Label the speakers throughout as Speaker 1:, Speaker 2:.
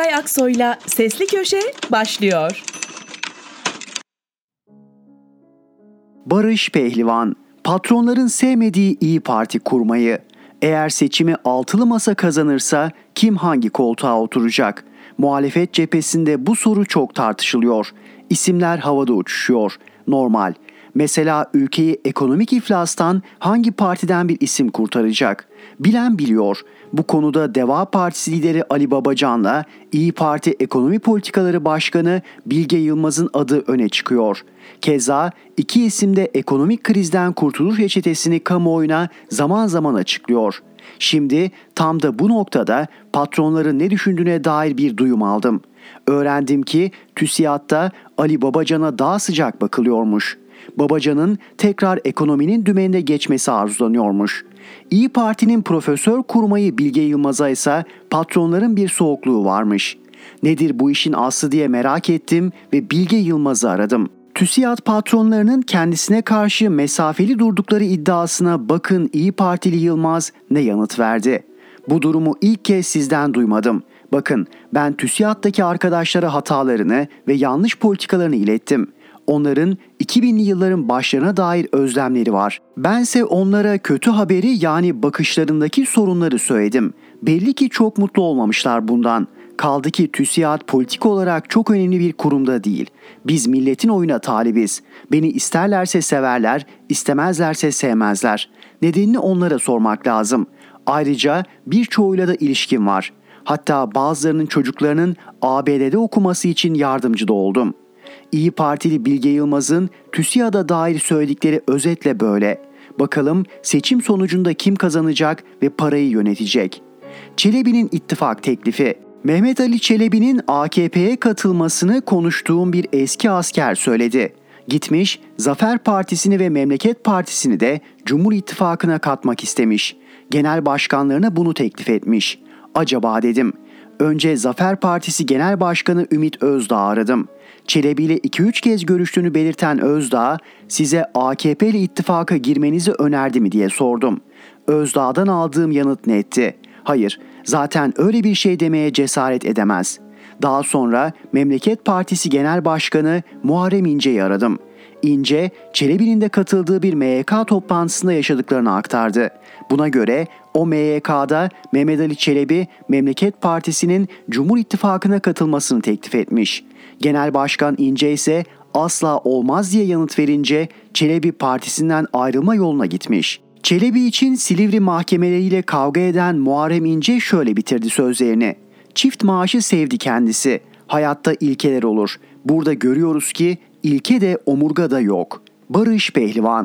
Speaker 1: Tugay Aksoy'la Sesli Köşe başlıyor.
Speaker 2: Barış Pehlivan, patronların sevmediği İyi Parti kurmayı. Eğer seçimi altılı masa kazanırsa kim hangi koltuğa oturacak? Muhalefet cephesinde bu soru çok tartışılıyor. İsimler havada uçuşuyor. Normal. Mesela ülkeyi ekonomik iflastan hangi partiden bir isim kurtaracak? Bilen biliyor. Bu konuda Deva Partisi lideri Ali Babacan'la İyi Parti Ekonomi Politikaları Başkanı Bilge Yılmaz'ın adı öne çıkıyor. Keza iki isim de ekonomik krizden kurtuluş reçetesini kamuoyuna zaman zaman açıklıyor. Şimdi tam da bu noktada patronların ne düşündüğüne dair bir duyum aldım. Öğrendim ki TÜSİAD'da Ali Babacan'a daha sıcak bakılıyormuş. Babacan'ın tekrar ekonominin dümenine geçmesi arzulanıyormuş. İyi Parti'nin profesör kurmayı Bilge Yılmaz'a ise patronların bir soğukluğu varmış. Nedir bu işin aslı diye merak ettim ve Bilge Yılmaz'ı aradım. TÜSİAD patronlarının kendisine karşı mesafeli durdukları iddiasına bakın İyi Partili Yılmaz ne yanıt verdi. Bu durumu ilk kez sizden duymadım. Bakın ben TÜSİAD'daki arkadaşlara hatalarını ve yanlış politikalarını ilettim. Onların 2000'li yılların başlarına dair özlemleri var. Bense onlara kötü haberi yani bakışlarındaki sorunları söyledim. Belli ki çok mutlu olmamışlar bundan. Kaldı ki TÜSİAD politik olarak çok önemli bir kurumda değil. Biz milletin oyuna talibiz. Beni isterlerse severler, istemezlerse sevmezler. Nedenini onlara sormak lazım. Ayrıca birçoğuyla da ilişkim var. Hatta bazılarının çocuklarının ABD'de okuması için yardımcı da oldum. İyi Partili Bilge Yılmaz'ın TÜSİAD'a dair söyledikleri özetle böyle. Bakalım seçim sonucunda kim kazanacak ve parayı yönetecek? Çelebi'nin ittifak teklifi. Mehmet Ali Çelebi'nin AKP'ye katılmasını konuştuğum bir eski asker söyledi. Gitmiş Zafer Partisi'ni ve Memleket Partisi'ni de Cumhur İttifakı'na katmak istemiş. Genel başkanlarına bunu teklif etmiş. Acaba dedim. Önce Zafer Partisi Genel Başkanı Ümit Özdağ'ı aradım. Çelebi ile 2-3 kez görüştüğünü belirten Özdağ, size AKP ile ittifaka girmenizi önerdi mi diye sordum. Özdağ'dan aldığım yanıt netti. Hayır, zaten öyle bir şey demeye cesaret edemez. Daha sonra Memleket Partisi Genel Başkanı Muharrem İnce'yi aradım. İnce, Çelebi'nin de katıldığı bir MYK toplantısında yaşadıklarını aktardı. Buna göre o MYK'da Mehmet Ali Çelebi, Memleket Partisi'nin Cumhur İttifakı'na katılmasını teklif etmiş. Genel Başkan İnce ise asla olmaz diye yanıt verince Çelebi partisinden ayrılma yoluna gitmiş. Çelebi için Silivri mahkemeleriyle kavga eden Muharrem İnce şöyle bitirdi sözlerini. Çift maaşı sevdi kendisi. Hayatta ilkeler olur. Burada görüyoruz ki ilke de omurga da yok. Barış Pehlivan.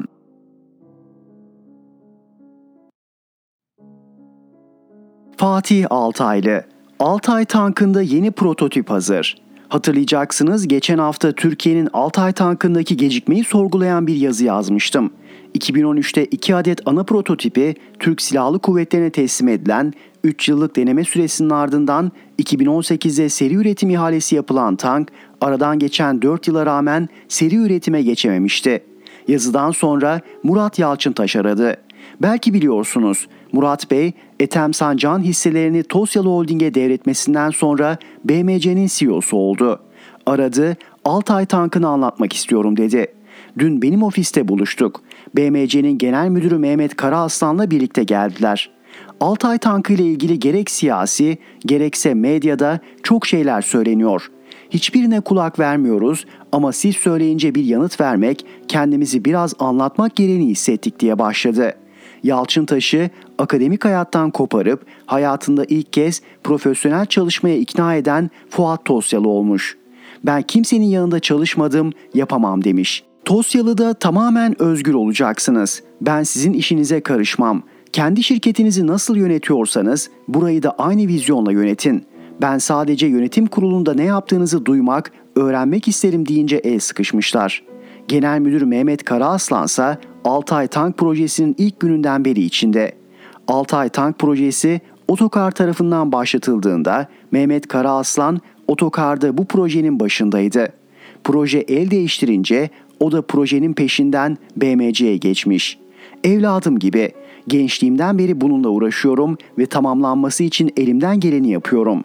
Speaker 2: Fatih Altaylı. Altay tankında yeni prototip hazır. Hatırlayacaksınız geçen hafta Türkiye'nin Altay tankındaki gecikmeyi sorgulayan bir yazı yazmıştım. 2013'te 2 adet ana prototipi Türk Silahlı Kuvvetleri'ne teslim edilen 3 yıllık deneme süresinin ardından 2018'de seri üretim ihalesi yapılan tank aradan geçen 4 yıla rağmen seri üretime geçememişti. Yazıdan sonra Murat Yalçıntaş aradı. Belki biliyorsunuz Murat Bey, Ethem Sancak'ın hisselerini Tosyalı Holding'e devretmesinden sonra BMC'nin CEO'su oldu. Aradı, Altay tankını anlatmak istiyorum dedi. Dün benim ofiste buluştuk. BMC'nin genel müdürü Mehmet Karaaslan'la birlikte geldiler. Altay tankı ile ilgili gerek siyasi gerekse medyada çok şeyler söyleniyor. Hiçbirine kulak vermiyoruz ama siz söyleyince bir yanıt vermek, kendimizi biraz anlatmak gereğini hissettik diye başladı. Yalçıntaş'ı akademik hayattan koparıp hayatında ilk kez profesyonel çalışmaya ikna eden Fuat Tosyalı olmuş. Ben kimsenin yanında çalışmadım, yapamam demiş. Tosyalı'da tamamen özgür olacaksınız. Ben sizin işinize karışmam. Kendi şirketinizi nasıl yönetiyorsanız burayı da aynı vizyonla yönetin. Ben sadece yönetim kurulunda ne yaptığınızı duymak, öğrenmek isterim deyince el sıkışmışlar. Genel Müdür Mehmet Karaaslan ise Altay Tank Projesi'nin ilk gününden beri içinde. Altay Tank Projesi Otokar tarafından başlatıldığında Mehmet Karaaslan Otokar'da bu projenin başındaydı. Proje el değiştirince o da projenin peşinden BMC'ye geçmiş. Evladım gibi gençliğimden beri bununla uğraşıyorum ve tamamlanması için elimden geleni yapıyorum.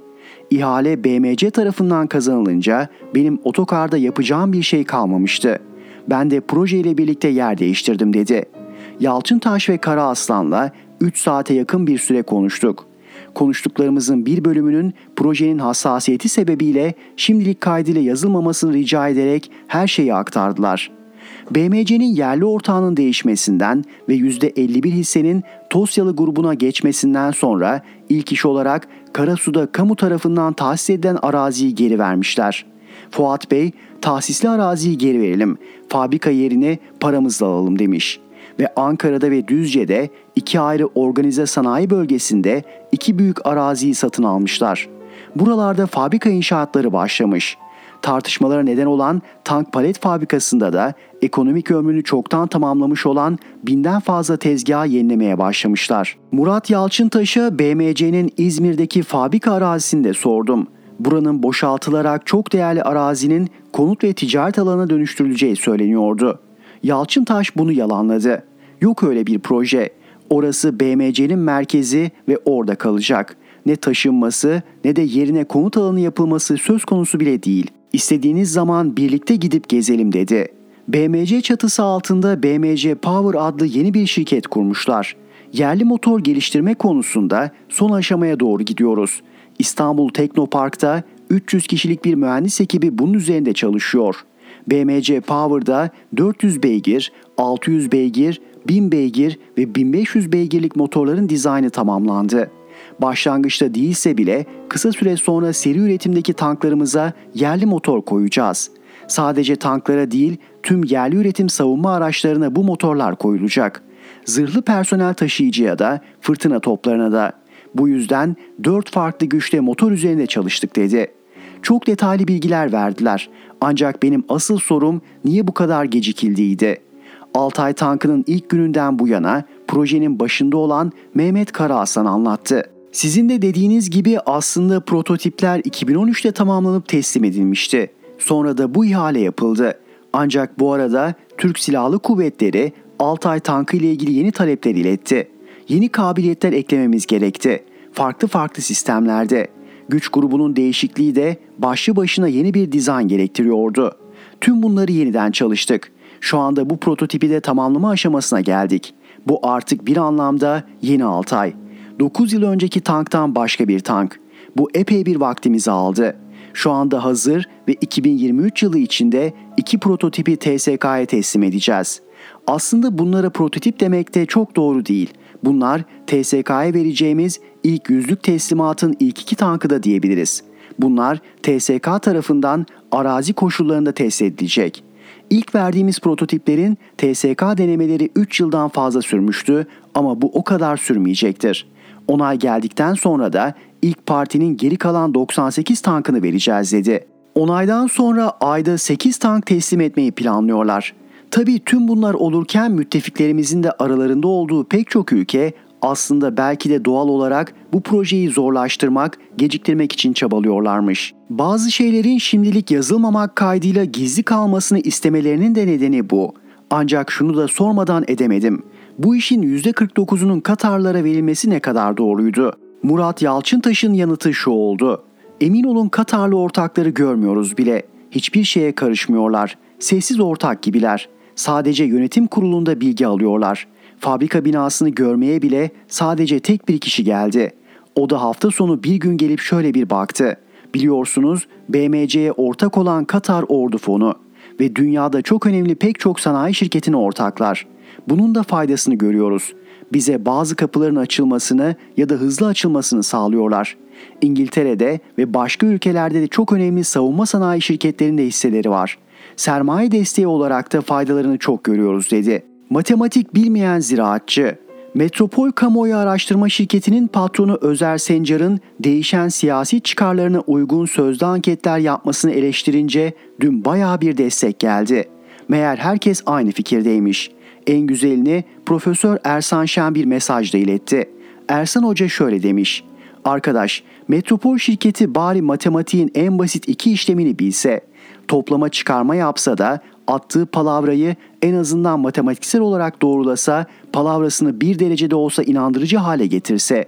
Speaker 2: İhale BMC tarafından kazanılınca benim otokarda yapacağım bir şey kalmamıştı. Ben de projeyle birlikte yer değiştirdim dedi. Yalçıntaş ve Karaaslan'la 3 saate yakın bir süre konuştuk. Konuştuklarımızın bir bölümünün projenin hassasiyeti sebebiyle şimdilik kaydıyla yazılmamasını rica ederek her şeyi aktardılar. BMC'nin yerli ortağının değişmesinden ve %51 hissenin Tosyalı grubuna geçmesinden sonra ilk iş olarak Karasu'da kamu tarafından tahsis edilen araziyi geri vermişler. Fuat Bey, tahsisli araziyi geri verelim, fabrika yerini paramızla alalım demiş. Ve Ankara'da ve Düzce'de 2 ayrı organize sanayi bölgesinde 2 büyük araziyi satın almışlar. Buralarda fabrika inşaatları başlamış. Tartışmalara neden olan tank palet fabrikasında da ekonomik ömrünü çoktan tamamlamış olan 1000'den fazla tezgahı yenilemeye başlamışlar. Murat Yalçıntaş'a BMC'nin İzmir'deki fabrika arazisinde sordum. Buranın boşaltılarak çok değerli arazinin konut ve ticaret alanına dönüştürüleceği söyleniyordu. Yalçıntaş bunu yalanladı. Yok öyle bir proje. Orası BMC'nin merkezi ve orada kalacak. Ne taşınması ne de yerine konut alanı yapılması söz konusu bile değil. İstediğiniz zaman birlikte gidip gezelim dedi. BMC çatısı altında BMC Power adlı yeni bir şirket kurmuşlar. Yerli motor geliştirme konusunda son aşamaya doğru gidiyoruz. İstanbul Teknopark'ta 300 kişilik bir mühendis ekibi bunun üzerinde çalışıyor. BMC Power'da 400 beygir, 600 beygir, 1000 beygir ve 1500 beygirlik motorların dizaynı tamamlandı. Başlangıçta değilse bile kısa süre sonra seri üretimdeki tanklarımıza yerli motor koyacağız. Sadece tanklara değil, tüm yerli üretim savunma araçlarına bu motorlar koyulacak. Zırhlı personel taşıyıcıya da, fırtına toplarına da. Bu yüzden 4 farklı güçte motor üzerinde çalıştık dedi. Çok detaylı bilgiler verdiler. Ancak benim asıl sorum niye bu kadar gecikildiğiydi. Altay tankının ilk gününden bu yana projenin başında olan Mehmet Karaaslan anlattı. Sizin de dediğiniz gibi aslında prototipler 2013'te tamamlanıp teslim edilmişti. Sonra da bu ihale yapıldı. Ancak bu arada Türk Silahlı Kuvvetleri Altay tankı ile ilgili yeni talepler iletti. Yeni kabiliyetler eklememiz gerekti. Farklı sistemlerde. Güç grubunun değişikliği de başlı başına yeni bir dizayn gerektiriyordu. Tüm bunları yeniden çalıştık. Şu anda bu prototipi de tamamlama aşamasına geldik. Bu artık bir anlamda yeni Altay. 9 yıl önceki tanktan başka bir tank. Bu epey bir vaktimizi aldı. Şu anda hazır ve 2023 yılı içinde 2 prototipi TSK'ya teslim edeceğiz. Aslında bunlara prototip demek de çok doğru değil. Bunlar TSK'ya vereceğimiz ilk yüzlük teslimatın ilk 2 tankı da diyebiliriz. Bunlar TSK tarafından arazi koşullarında test edilecek. İlk verdiğimiz prototiplerin TSK denemeleri 3 yıldan fazla sürmüştü ama bu o kadar sürmeyecektir. Onay geldikten sonra da ilk partinin geri kalan 98 tankını vereceğiz dedi. Onaydan sonra ayda 8 tank teslim etmeyi planlıyorlar. Tabii tüm bunlar olurken müttefiklerimizin de aralarında olduğu pek çok ülke aslında belki de doğal olarak bu projeyi zorlaştırmak, geciktirmek için çabalıyorlarmış. Bazı şeylerin şimdilik yazılmamak kaydıyla gizli kalmasını istemelerinin de nedeni bu. Ancak şunu da sormadan edemedim. Bu işin %49'unun Katarlara verilmesi ne kadar doğruydu? Murat Yalçıntaş'ın yanıtı şu oldu. Emin olun Katarlı ortakları görmüyoruz bile. Hiçbir şeye karışmıyorlar. Sessiz ortak gibiler. Sadece yönetim kurulunda bilgi alıyorlar. Fabrika binasını görmeye bile sadece tek bir kişi geldi. O da hafta sonu bir gün gelip şöyle bir baktı. Biliyorsunuz BMC'ye ortak olan Katar Ordu Fonu ve dünyada çok önemli pek çok sanayi şirketine ortaklar. Bunun da faydasını görüyoruz. Bize bazı kapıların açılmasını ya da hızlı açılmasını sağlıyorlar. İngiltere'de ve başka ülkelerde de çok önemli savunma sanayi şirketlerinde hisseleri var. Sermaye desteği olarak da faydalarını çok görüyoruz dedi. Matematik bilmeyen ziraatçı. Metropol Kamuoyu Araştırma Şirketi'nin patronu Özer Sencar'ın değişen siyasi çıkarlarına uygun sözlü anketler yapmasını eleştirince dün bayağı bir destek geldi. Meğer herkes aynı fikirdeymiş. En güzelini Profesör Ersan Şen bir mesajla iletti. Ersan Hoca şöyle demiş. Arkadaş, Metropol şirketi bari matematiğin en basit 2 işlemini bilse, toplama çıkarma yapsa da attığı palavrayı en azından matematiksel olarak doğrulasa, palavrasını bir derecede olsa inandırıcı hale getirse,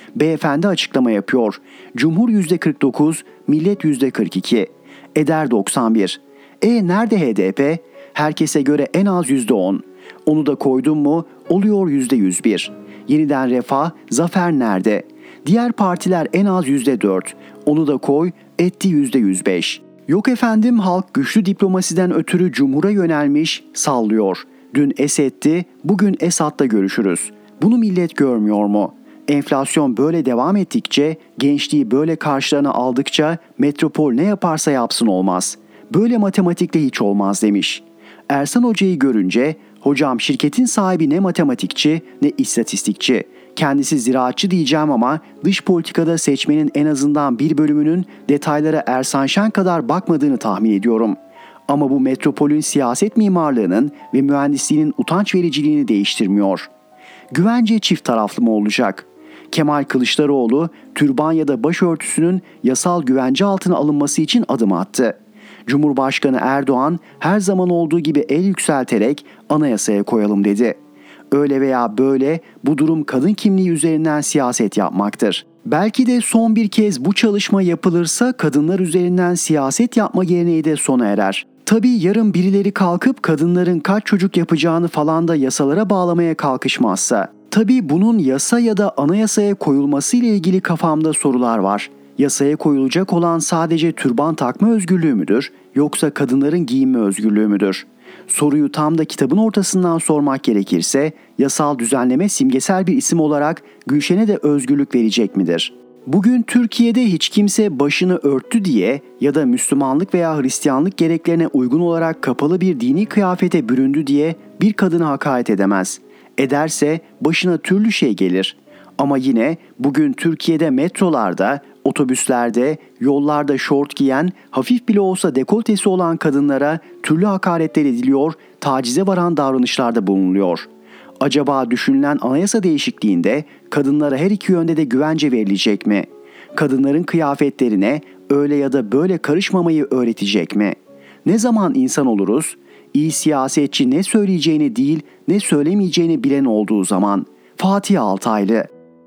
Speaker 2: Beyefendi açıklama yapıyor. Cumhur %49, millet %42. Eder 91. Nerede HDP? Herkese göre en az %10. Onu da koydum mu oluyor %101. Yeniden Refah, Zafer nerede? Diğer partiler en az %4. Onu da koy, etti %105. Yok efendim, halk güçlü diplomasiden ötürü Cumhur'a yönelmiş, sallıyor. Dün Esed'ti, bugün Esad'la görüşürüz. Bunu millet görmüyor mu? Enflasyon böyle devam ettikçe, gençliği böyle karşılarına aldıkça metropol ne yaparsa yapsın olmaz. Böyle matematikle hiç olmaz demiş. Ersan Hoca'yı görünce, hocam şirketin sahibi ne matematikçi ne istatistikçi. Kendisi ziraatçı diyeceğim ama dış politikada seçmenin en azından bir bölümünün detaylara Ersan Şen kadar bakmadığını tahmin ediyorum. Ama bu metropolün siyaset mimarlığının ve mühendisliğinin utanç vericiliğini değiştirmiyor. Güvence çift taraflı mı olacak? Kemal Kılıçdaroğlu, türban ya da başörtüsünün yasal güvence altına alınması için adım attı. Cumhurbaşkanı Erdoğan her zaman olduğu gibi el yükselterek anayasaya koyalım dedi. Öyle veya böyle bu durum kadın kimliği üzerinden siyaset yapmaktır. Belki de son bir kez bu çalışma yapılırsa kadınlar üzerinden siyaset yapma geleneği de sona erer. Tabii yarın birileri kalkıp kadınların kaç çocuk yapacağını falan da yasalara bağlamaya kalkışmazsa. Tabii bunun yasa ya da anayasaya koyulması ile ilgili kafamda sorular var. Yasaya koyulacak olan sadece türban takma özgürlüğü müdür, yoksa kadınların giyinme özgürlüğü müdür? Soruyu tam da kitabın ortasından sormak gerekirse, yasal düzenleme simgesel bir isim olarak Gülşen'e de özgürlük verecek midir? Bugün Türkiye'de hiç kimse başını örttü diye ya da Müslümanlık veya Hristiyanlık gereklerine uygun olarak kapalı bir dini kıyafete büründü diye bir kadına hakaret edemez. Ederse başına türlü şey gelir. Ama yine bugün Türkiye'de metrolarda, otobüslerde, yollarda şort giyen, hafif bile olsa dekoltesi olan kadınlara türlü hakaretler ediliyor, tacize varan davranışlarda bulunuluyor. Acaba düşünülen anayasa değişikliğinde kadınlara her iki yönde de güvence verilecek mi? Kadınların kıyafetlerine öyle ya da böyle karışmamayı öğretecek mi? Ne zaman insan oluruz? İyi siyasetçi ne söyleyeceğini değil, ne söylemeyeceğini bilen olduğu zaman. Fatih Altaylı.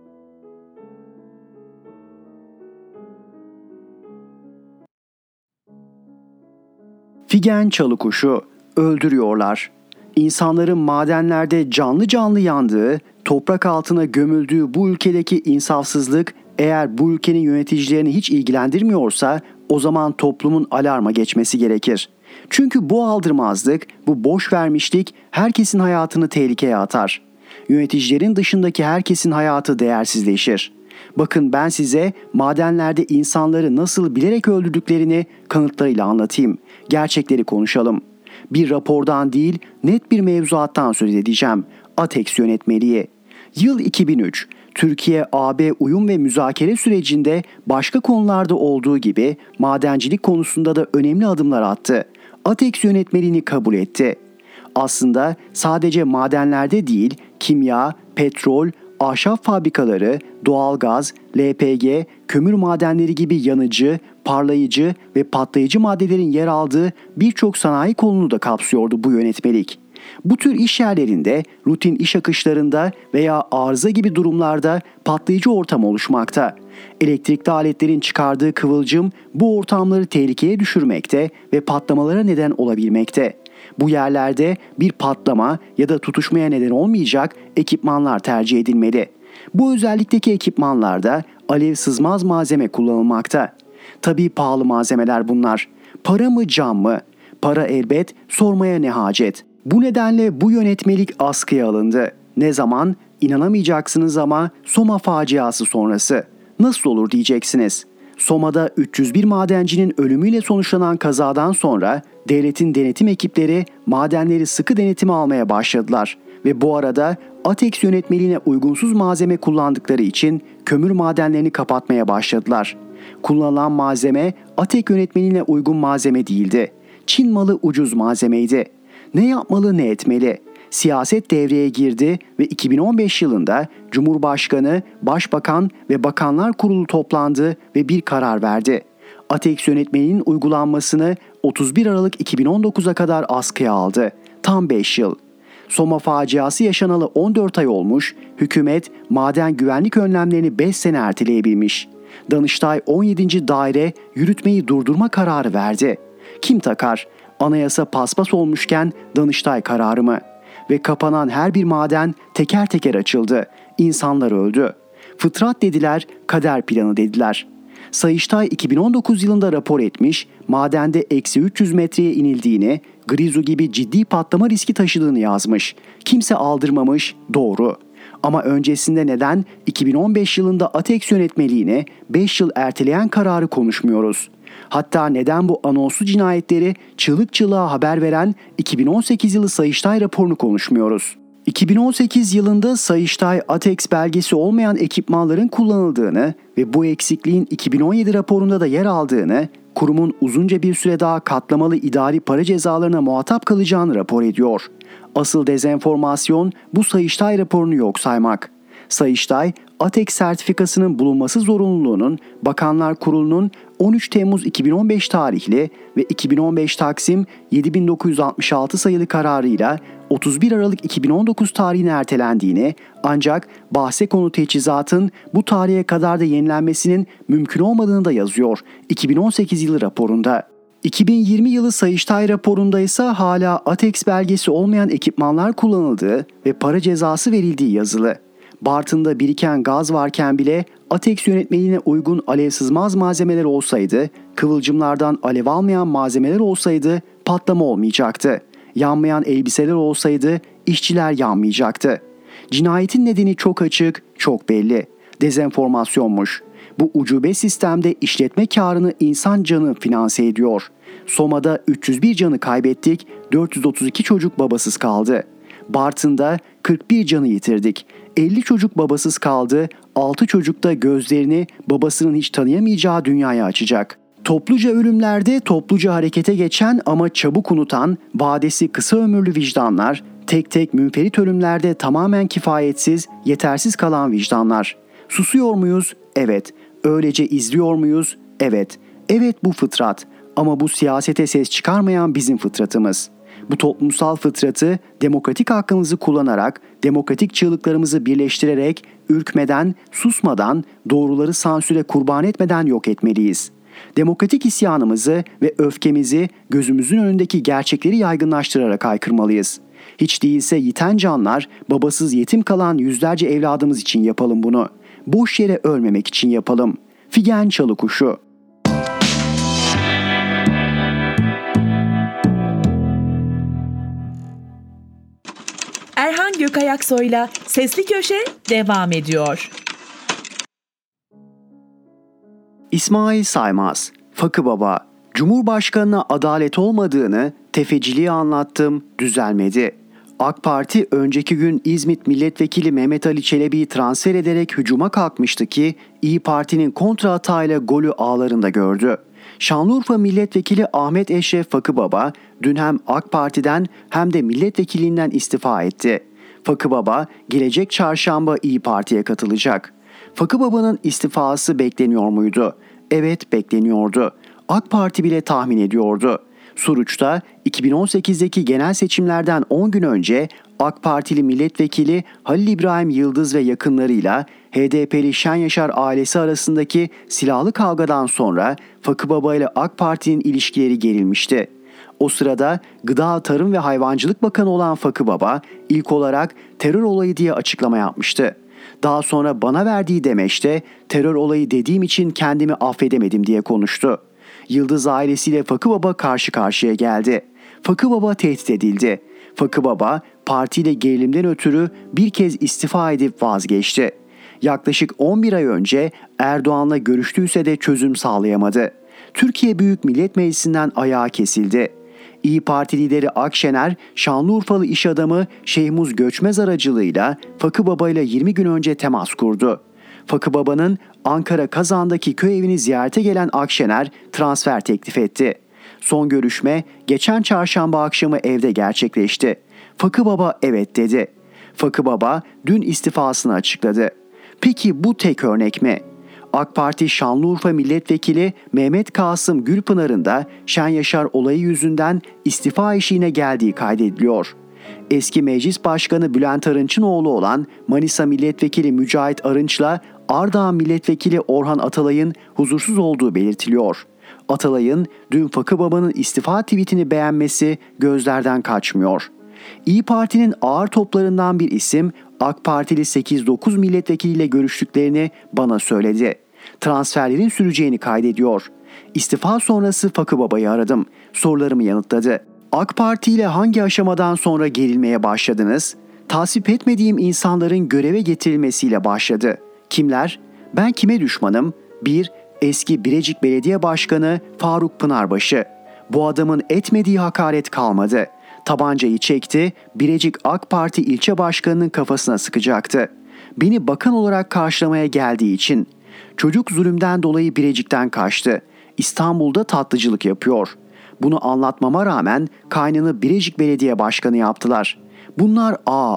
Speaker 2: Figen Çalıkuşu öldürüyorlar. İnsanların madenlerde canlı canlı yandığı, toprak altına gömüldüğü bu ülkedeki insafsızlık eğer bu ülkenin yöneticilerini hiç ilgilendirmiyorsa o zaman toplumun alarma geçmesi gerekir. Çünkü bu aldırmazlık, bu boş vermişlik herkesin hayatını tehlikeye atar. Yöneticilerin dışındaki herkesin hayatı değersizleşir. Bakın ben size madenlerde insanları nasıl bilerek öldürdüklerini kanıtlarıyla anlatayım. Gerçekleri konuşalım. Bir rapordan değil, net bir mevzuattan söz edeceğim. ATEX yönetmeliği. Yıl 2003. Türkiye-AB uyum ve müzakere sürecinde başka konularda olduğu gibi madencilik konusunda da önemli adımlar attı. ATEX yönetmeliğini kabul etti. Aslında sadece madenlerde değil, kimya, petrol, ahşap fabrikaları, doğalgaz, LPG, kömür madenleri gibi yanıcı, parlayıcı ve patlayıcı maddelerin yer aldığı birçok sanayi kolunu da kapsıyordu bu yönetmelik. Bu tür iş yerlerinde, rutin iş akışlarında veya arıza gibi durumlarda patlayıcı ortam oluşmakta. Elektrikli aletlerin çıkardığı kıvılcım bu ortamları tehlikeye düşürmekte ve patlamalara neden olabilmekte. Bu yerlerde bir patlama ya da tutuşmaya neden olmayacak ekipmanlar tercih edilmeli. Bu özellikteki ekipmanlarda alev sızmaz malzeme kullanılmakta. Tabii pahalı malzemeler bunlar. Para mı cam mı? Para elbet, sormaya ne hacet. Bu nedenle bu yönetmelik askıya alındı. Ne zaman? İnanamayacaksınız ama Soma faciası sonrası. Nasıl olur diyeceksiniz. Soma'da 301 madencinin ölümüyle sonuçlanan kazadan sonra devletin denetim ekipleri madenleri sıkı denetime almaya başladılar ve bu arada ATEX yönetmeliğine uygunsuz malzeme kullandıkları için kömür madenlerini kapatmaya başladılar. Kullanılan malzeme ATEX yönetmeliğine uygun malzeme değildi. Çin malı ucuz malzemeydi. Ne yapmalı ne etmeli? Siyaset devreye girdi ve 2015 yılında Cumhurbaşkanı, Başbakan ve Bakanlar Kurulu toplandı ve bir karar verdi. ATEX yönetmeliğinin uygulanmasını 31 Aralık 2019'a kadar askıya aldı. Tam 5 yıl. Soma faciası yaşanalı 14 ay olmuş, hükümet maden güvenlik önlemlerini 5 sene erteleyebilmiş. Danıştay 17. Daire yürütmeyi durdurma kararı verdi. Kim takar? Anayasa paspas olmuşken Danıştay kararı mı? Ve kapanan her bir maden teker teker açıldı. İnsanlar öldü. Fıtrat dediler, kader planı dediler. Sayıştay 2019 yılında rapor etmiş, madende -300 metreye inildiğini, Grizu gibi ciddi patlama riski taşıdığını yazmış. Kimse aldırmamış, doğru. Ama öncesinde neden 2015 yılında ATEX yönetmeliğini 5 yıl erteleyen kararı konuşmuyoruz? Hatta neden bu anonslu cinayetleri çığlık çığlığa haber veren 2018 yılı Sayıştay raporunu konuşmuyoruz? 2018 yılında Sayıştay ATEX belgesi olmayan ekipmanların kullanıldığını ve bu eksikliğin 2017 raporunda da yer aldığını, kurumun uzunca bir süre daha katlamalı idari para cezalarına muhatap kalacağını rapor ediyor. Asıl dezenformasyon bu Sayıştay raporunu yok saymak. Sayıştay, ATEX sertifikasının bulunması zorunluluğunun Bakanlar Kurulu'nun 13 Temmuz 2015 tarihli ve 2015 Taksim 7966 sayılı kararıyla 31 Aralık 2019 tarihine ertelendiğini, ancak bahse konu teçhizatın bu tarihe kadar da yenilenmesinin mümkün olmadığını da yazıyor 2018 yılı raporunda. 2020 yılı Sayıştay raporunda ise hala ATEX belgesi olmayan ekipmanlar kullanıldığı ve para cezası verildiği yazılı. Bartın'da biriken gaz varken bile ATEX yönetmeliğine uygun alev sızmaz malzemeler olsaydı, kıvılcımlardan alev almayan malzemeler olsaydı patlama olmayacaktı. Yanmayan elbiseler olsaydı işçiler yanmayacaktı. Cinayetin nedeni çok açık, çok belli. Dezenformasyonmuş. Bu ucube sistemde işletme karını insan canı finanse ediyor. Soma'da 301 canı kaybettik, 432 çocuk babasız kaldı. Bartın'da 41 canı yitirdik. 50 çocuk babasız kaldı, 6 çocuk da gözlerini babasının hiç tanıyamayacağı dünyaya açacak. Topluca ölümlerde topluca harekete geçen ama çabuk unutan, vadesi kısa ömürlü vicdanlar, tek tek münferit ölümlerde tamamen kifayetsiz, yetersiz kalan vicdanlar. Susuyor muyuz? Evet. Öylece izliyor muyuz? Evet. Evet, bu fıtrat. Ama bu siyasete ses çıkarmayan bizim fıtratımız. Bu toplumsal fıtratı demokratik hakkımızı kullanarak, demokratik çığlıklarımızı birleştirerek, ürkmeden, susmadan, doğruları sansüre kurban etmeden yok etmeliyiz. Demokratik isyanımızı ve öfkemizi gözümüzün önündeki gerçekleri yaygınlaştırarak haykırmalıyız. Hiç değilse yiten canlar, babasız yetim kalan yüzlerce evladımız için yapalım bunu. Boş yere ölmemek için yapalım. Figen Çalıkuşu.
Speaker 1: Erhan Gökayaksoy'la Sesli Köşe devam ediyor.
Speaker 2: İsmail Saymaz, Fakı Baba, Cumhurbaşkanına adalet olmadığını, tefeciliği anlattım, düzelmedi. AK Parti önceki gün İzmit Milletvekili Mehmet Ali Çelebi'yi transfer ederek hücuma kalkmıştı ki İyi Parti'nin kontra hatayla golü ağlarında gördü. Şanlıurfa Milletvekili Ahmet Eşref Fakı Baba dün hem AK Parti'den hem de milletvekiliğinden istifa etti. Fakı Baba gelecek çarşamba İyi Parti'ye katılacak. Fakı Baba'nın istifası bekleniyor muydu? Evet, bekleniyordu. AK Parti bile tahmin ediyordu. Suruç'ta 2018'deki genel seçimlerden 10 gün önce AK Partili milletvekili Halil İbrahim Yıldız ve yakınlarıyla HDP'li Şen Yaşar ailesi arasındaki silahlı kavgadan sonra Fakı Baba ile AK Parti'nin ilişkileri gerilmişti. O sırada Gıda, Tarım ve Hayvancılık Bakanı olan Fakı Baba ilk olarak terör olayı diye açıklama yapmıştı. Daha sonra bana verdiği demeçte terör olayı dediğim için kendimi affedemedim diye konuştu. Yıldız ailesiyle Fakı Baba karşı karşıya geldi. Fakı Baba tehdit edildi. Fakı Baba partiyle gerilimden ötürü bir kez istifa edip vazgeçti. Yaklaşık 11 ay önce Erdoğan'la görüştüyse de çözüm sağlayamadı. Türkiye Büyük Millet Meclisi'nden ayağı kesildi. İyi Parti lideri Akşener, Şanlıurfalı iş adamı Şehmuz Göçmez aracılığıyla Fakı Baba ile 20 gün önce temas kurdu. Fakı Baba'nın Ankara Kazan'daki köy evini ziyarete gelen Akşener transfer teklif etti. Son görüşme geçen çarşamba akşamı evde gerçekleşti. Fakı Baba evet dedi. Fakı Baba dün istifasını açıkladı. Peki bu tek örnek mi? AK Parti Şanlıurfa Milletvekili Mehmet Kasım Gülpınar'ın da Şen Yaşar olayı yüzünden istifa eşiğine geldiği kaydediliyor. Eski meclis başkanı Bülent Arınç'ın oğlu olan Manisa Milletvekili Mücahit Arınç'la Ardahan Milletvekili Orhan Atalay'ın huzursuz olduğu belirtiliyor. Atalay'ın dün Fakıbaba'nın istifa tweetini beğenmesi gözlerden kaçmıyor. İYİ Parti'nin ağır toplarından bir isim AK Partili 8-9 milletvekiliyle görüştüklerini bana söyledi. Transferlerin süreceğini kaydediyor. İstifa sonrası Fakıbaba'yı aradım. Sorularımı yanıtladı. AK Parti ile hangi aşamadan sonra gerilmeye başladınız? Tasvip etmediğim insanların göreve getirilmesiyle başladı. Kimler? Ben kime düşmanım? 1. Eski Birecik Belediye Başkanı Faruk Pınarbaşı. Bu adamın etmediği hakaret kalmadı. Tabancayı çekti, Birecik AK Parti ilçe başkanının kafasına sıkacaktı. Beni bakan olarak karşılamaya geldiği için. Çocuk zulümden dolayı Birecik'ten kaçtı. İstanbul'da tatlıcılık yapıyor. Bunu anlatmama rağmen kaynını Birecik Belediye Başkanı yaptılar. Bunlar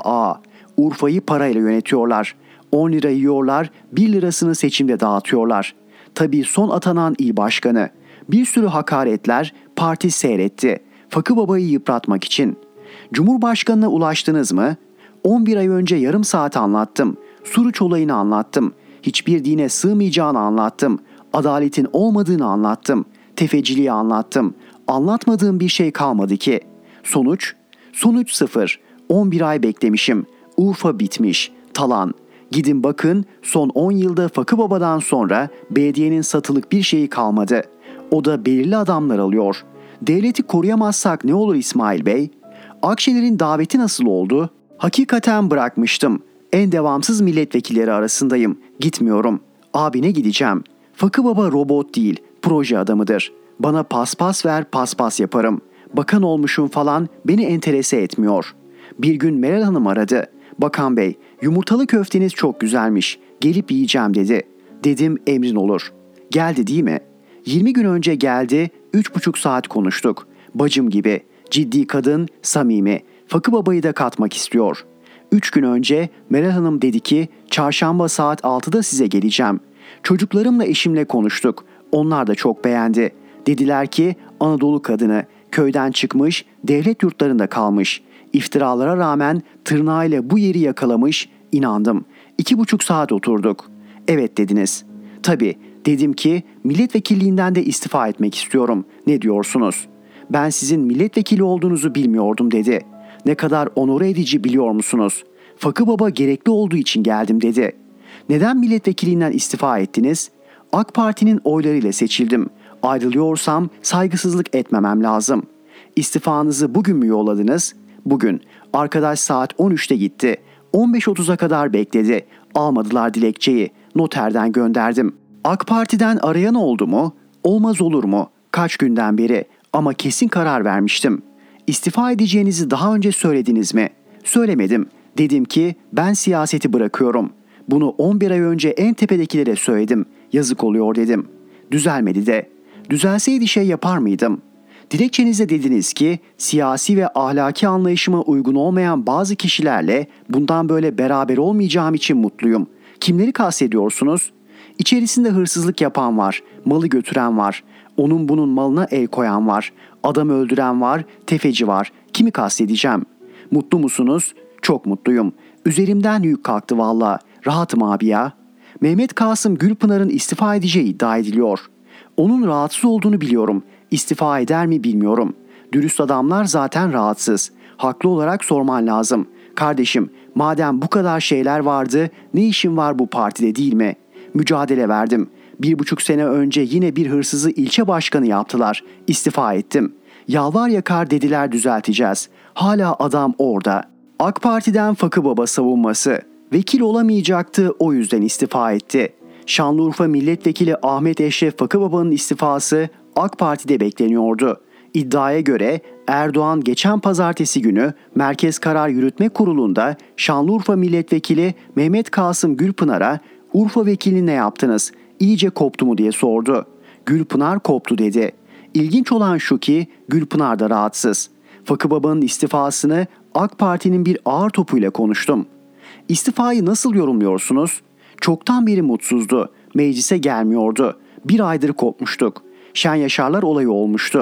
Speaker 2: Urfa'yı parayla yönetiyorlar. 10 lira yiyorlar, 1 lirasını seçimde dağıtıyorlar. Tabii son atanan il başkanı. Bir sürü hakaretler parti seyretti. Fakıbaba'yı yıpratmak için. Cumhurbaşkanına ulaştınız mı? 11 ay önce yarım saat anlattım. Suruç olayını anlattım. Hiçbir dine sığmayacağını anlattım. Adaletin olmadığını anlattım. Tefeciliği anlattım. Anlatmadığım bir şey kalmadı ki. Sonuç? Sonuç 0. 11 ay beklemişim. Urfa bitmiş. Talan. Gidin bakın, son 10 yılda Fakıbaba'dan sonra belediyenin satılık bir şeyi kalmadı. O da belirli adamlar alıyor. Devleti koruyamazsak ne olur İsmail Bey? Akşener'in daveti nasıl oldu? Hakikaten bırakmıştım. En devamsız milletvekilleri arasındayım. Gitmiyorum. Abine gideceğim. Fakıbaba robot değil, proje adamıdır. Bana paspas ver, paspas yaparım. Bakan olmuşum falan beni enterese etmiyor. Bir gün Meral Hanım aradı. Bakan Bey, yumurtalı köfteniz çok güzelmiş. Gelip yiyeceğim dedi. Dedim emrin olur. Geldi değil mi? 20 gün önce geldi, 3,5 saat konuştuk. Bacım gibi, ciddi kadın, samimi. Fakıbaba'yı da katmak istiyor. 3 gün önce Meral Hanım dedi ki, çarşamba saat 6'da size geleceğim. Çocuklarımla eşimle konuştuk. Onlar da çok beğendi. Dediler ki Anadolu kadını, köyden çıkmış, devlet yurtlarında kalmış. İftiralara rağmen tırnağıyla bu yeri yakalamış, inandım. 2,5 saat oturduk. Evet dediniz. Tabii, dedim ki milletvekilliğinden de istifa etmek istiyorum. Ne diyorsunuz? Ben sizin milletvekili olduğunuzu bilmiyordum dedi. Ne kadar onore edici biliyor musunuz? Fakıbaba gerekli olduğu için geldim dedi. Neden milletvekiliğinden istifa ettiniz? AK Parti'nin oylarıyla seçildim. Ayrılıyorsam saygısızlık etmemem lazım. İstifanızı bugün mü yolladınız? Bugün. Arkadaş saat 13'te gitti. 15.30'a kadar bekledi. Almadılar dilekçeyi. Noterden gönderdim. AK Parti'den arayan oldu mu? Olmaz olur mu? Kaç günden beri. Ama kesin karar vermiştim. İstifa edeceğinizi daha önce söylediniz mi? Söylemedim. Dedim ki ben siyaseti bırakıyorum. Bunu 11 ay önce en tepedekilere söyledim. Yazık oluyor dedim. Düzelmedi de. Düzelseydi şey yapar mıydım? Dilekçenizde dediniz ki siyasi ve ahlaki anlayışıma uygun olmayan bazı kişilerle bundan böyle beraber olmayacağım için mutluyum. Kimleri kastediyorsunuz? İçerisinde hırsızlık yapan var, malı götüren var, onun bunun malına el koyan var, adam öldüren var, tefeci var. Kimi kastedeceğim? Mutlu musunuz? Çok mutluyum. Üzerimden yük kalktı valla. Rahatım abi ya. Mehmet Kasım Gülpınar'ın istifa edeceği iddia ediliyor. Onun rahatsız olduğunu biliyorum. İstifa eder mi bilmiyorum. Dürüst adamlar zaten rahatsız. Haklı olarak sorman lazım. Kardeşim, madem bu kadar şeyler vardı, ne işin var bu partide değil mi? Mücadele verdim. 1,5 sene önce yine bir hırsızı ilçe başkanı yaptılar. İstifa ettim. Yalvar yakar dediler düzelteceğiz. Hala adam orada. AK Parti'den Fakıbaba savunması. Vekil olamayacaktı, o yüzden istifa etti. Şanlıurfa Milletvekili Ahmet Eşref Fakıbaba'nın istifası AK Parti'de bekleniyordu. İddiaya göre Erdoğan geçen pazartesi günü Merkez Karar Yürütme Kurulu'nda Şanlıurfa Milletvekili Mehmet Kasım Gülpınar'a Urfa vekilini ne yaptınız? İyice koptu mu diye sordu. Gülpınar koptu dedi. İlginç olan şu ki Gülpınar da rahatsız. Fakıbaba'nın istifasını AK Parti'nin bir ağır topuyla konuştum. İstifayı nasıl yorumluyorsunuz? Çoktan beri mutsuzdu. Meclise gelmiyordu. 1 aydır kopmuştuk. Şen Yaşarlar olayı olmuştu.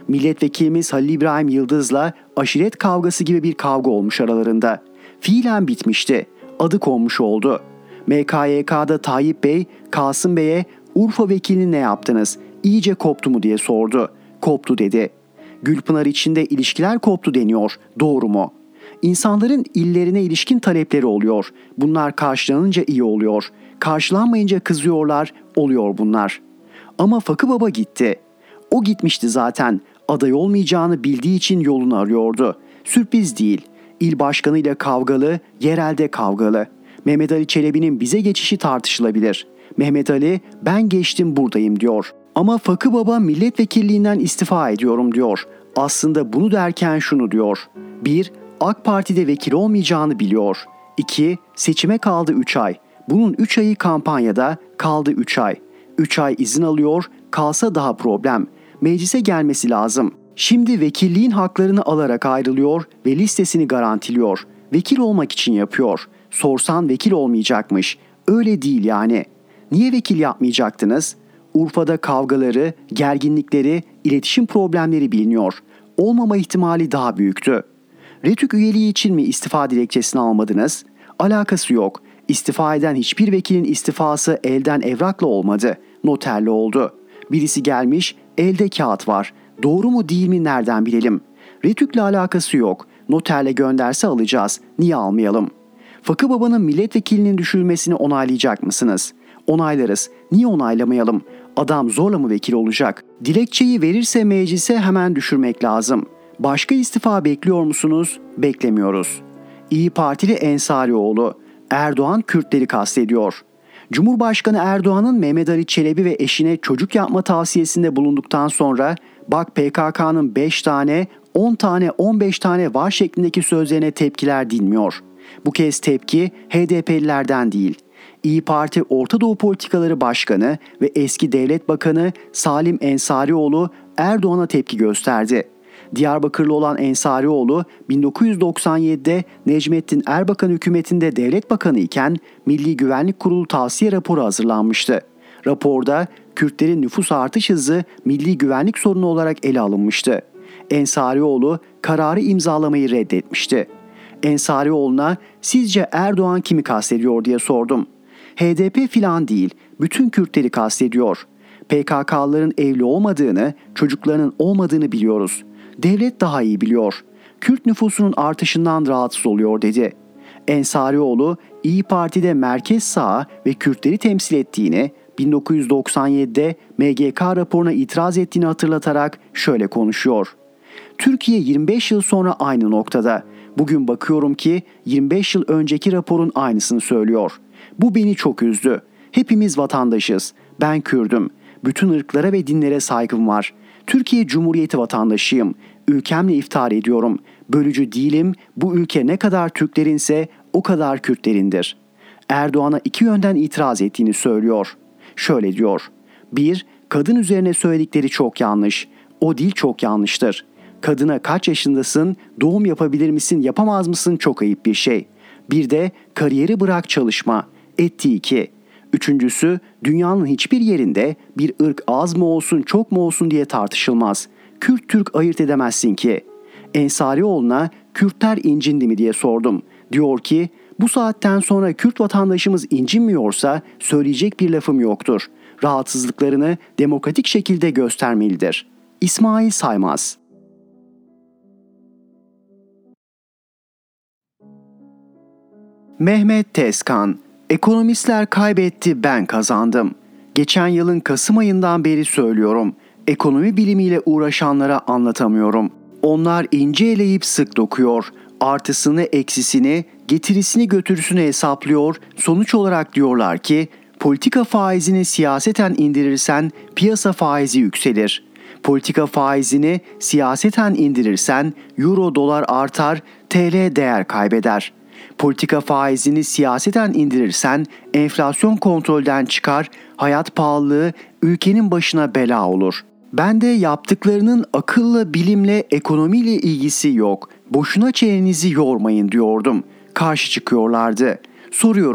Speaker 2: Milletvekilimiz Halil İbrahim Yıldız'la aşiret kavgası gibi bir kavga olmuş aralarında. Fiilen bitmişti. Adı konmuş oldu. MKYK'da Tayyip Bey, Kasım Bey'e Urfa vekilini ne yaptınız? İyice koptu mu diye sordu. Koptu dedi. Gülpınar içinde ilişkiler koptu deniyor. Doğru mu? İnsanların illerine ilişkin talepleri oluyor. Bunlar karşılanınca iyi oluyor. Karşılanmayınca kızıyorlar, oluyor bunlar. Ama Fakı Baba gitti. O gitmişti zaten. Aday olmayacağını bildiği için yolunu arıyordu. Sürpriz değil. İl başkanıyla kavgalı, yerelde kavgalı. Mehmet Ali Çelebi'nin bize geçişi tartışılabilir. Mehmet Ali, ben geçtim buradayım diyor. Ama Fakı Baba milletvekilliğinden istifa ediyorum diyor. Aslında bunu derken şunu diyor. 1. AK Parti'de vekil olmayacağını biliyor. 2. Seçime kaldı 3 ay. Bunun 3 ayı kampanyada, kaldı 3 ay. 3 ay izin alıyor, kalsa daha problem. Meclise gelmesi lazım. Şimdi vekilliğin haklarını alarak ayrılıyor ve listesini garantiliyor. Vekil olmak için yapıyor. Sorsan vekil olmayacakmış. Öyle değil yani. Niye vekil yapmayacaktınız? Urfa'da kavgaları, gerginlikleri, iletişim problemleri biliniyor. Olmama ihtimali daha büyüktü. Retük üyeliği için mi istifa dilekçesini almadınız? Alakası yok. İstifa eden hiçbir vekilin istifası elden evrakla olmadı. Noterle oldu. Birisi gelmiş, elde kağıt var. Doğru mu değil mi nereden bilelim? Retükle alakası yok. Noterle gönderse alacağız. Niye almayalım? Fakı Baba'nın milletvekilinin düşürülmesini onaylayacak mısınız? Onaylarız. Niye onaylamayalım? Adam zorla mı vekil olacak? Dilekçeyi verirse meclise hemen düşürmek lazım. Başka istifa bekliyor musunuz? Beklemiyoruz. İyi Partili Ensarioğlu. Erdoğan Kürtleri kastediyor. Cumhurbaşkanı Erdoğan'ın Mehmet Ali Çelebi ve eşine çocuk yapma tavsiyesinde bulunduktan sonra bak PKK'nın 5 tane, 10 tane, 15 tane var şeklindeki sözlerine tepkiler dinmiyor. Bu kez tepki HDP'lilerden değil. İyi Parti Orta Doğu Politikaları Başkanı ve eski Devlet Bakanı Salim Ensarioğlu Erdoğan'a tepki gösterdi. Diyarbakırlı olan Ensarioğlu 1997'de Necmettin Erbakan hükümetinde devlet bakanı iken Milli Güvenlik Kurulu tavsiye raporu hazırlanmıştı. Raporda Kürtlerin nüfus artış hızı milli güvenlik sorunu olarak ele alınmıştı. Ensarioğlu kararı imzalamayı reddetmişti. Ensarioğlu'na sizce Erdoğan kimi kastediyor diye sordum. HDP filan değil, bütün Kürtleri kastediyor. PKK'lıların evli olmadığını, çocuklarının olmadığını biliyoruz. Devlet daha iyi biliyor. Kürt nüfusunun artışından rahatsız oluyor dedi. Ensarioğlu, İyi Parti'de merkez sağ ve Kürtleri temsil ettiğini, 1997'de MGK raporuna itiraz ettiğini hatırlatarak şöyle konuşuyor. Türkiye 25 yıl sonra aynı noktada. Bugün bakıyorum ki 25 yıl önceki raporun aynısını söylüyor. Bu beni çok üzdü. Hepimiz vatandaşız. Ben Kürdüm. Bütün ırklara ve dinlere saygım var. Türkiye Cumhuriyeti vatandaşıyım. Ülkemle iftihar ediyorum. Bölücü değilim. Bu ülke ne kadar Türklerinse o kadar Kürtlerindir. Erdoğan'a iki yönden itiraz ettiğini söylüyor. Şöyle diyor. 1. Kadın üzerine söyledikleri çok yanlış. O dil çok yanlıştır. Kadına kaç yaşındasın, doğum yapabilir misin, yapamaz mısın çok ayıp bir şey. Bir de kariyeri bırak çalışma. Etti 2. Üçüncüsü, dünyanın hiçbir yerinde bir ırk az mı olsun çok mu olsun diye tartışılmaz. Kürt-Türk ayırt edemezsin ki. Ensarioğlu'na Kürtler incindi mi diye sordum. Diyor ki, bu saatten sonra Kürt vatandaşımız incinmiyorsa söyleyecek bir lafım yoktur. Rahatsızlıklarını demokratik şekilde göstermelidir. İsmail Saymaz. Mehmet Tezkan. Ekonomistler kaybetti, ben kazandım. Geçen yılın Kasım ayından beri söylüyorum. Ekonomi bilimiyle uğraşanlara anlatamıyorum. Onlar ince eleyip sık dokuyor. Artısını, eksisini, getirisini götürüsünü hesaplıyor. Sonuç olarak diyorlar ki politika faizini siyaseten indirirsen piyasa faizi yükselir. Politika faizini siyaseten indirirsen euro dolar artar, TL değer kaybeder. Politika faizini siyaseten indirirsen enflasyon kontrolden çıkar, hayat pahalılığı ülkenin başına bela olur. Ben de yaptıklarının akılla, bilimle, ekonomiyle ilgisi yok. Boşuna çenenizi yormayın diyordum. Karşı çıkıyorlardı. Soruyorum,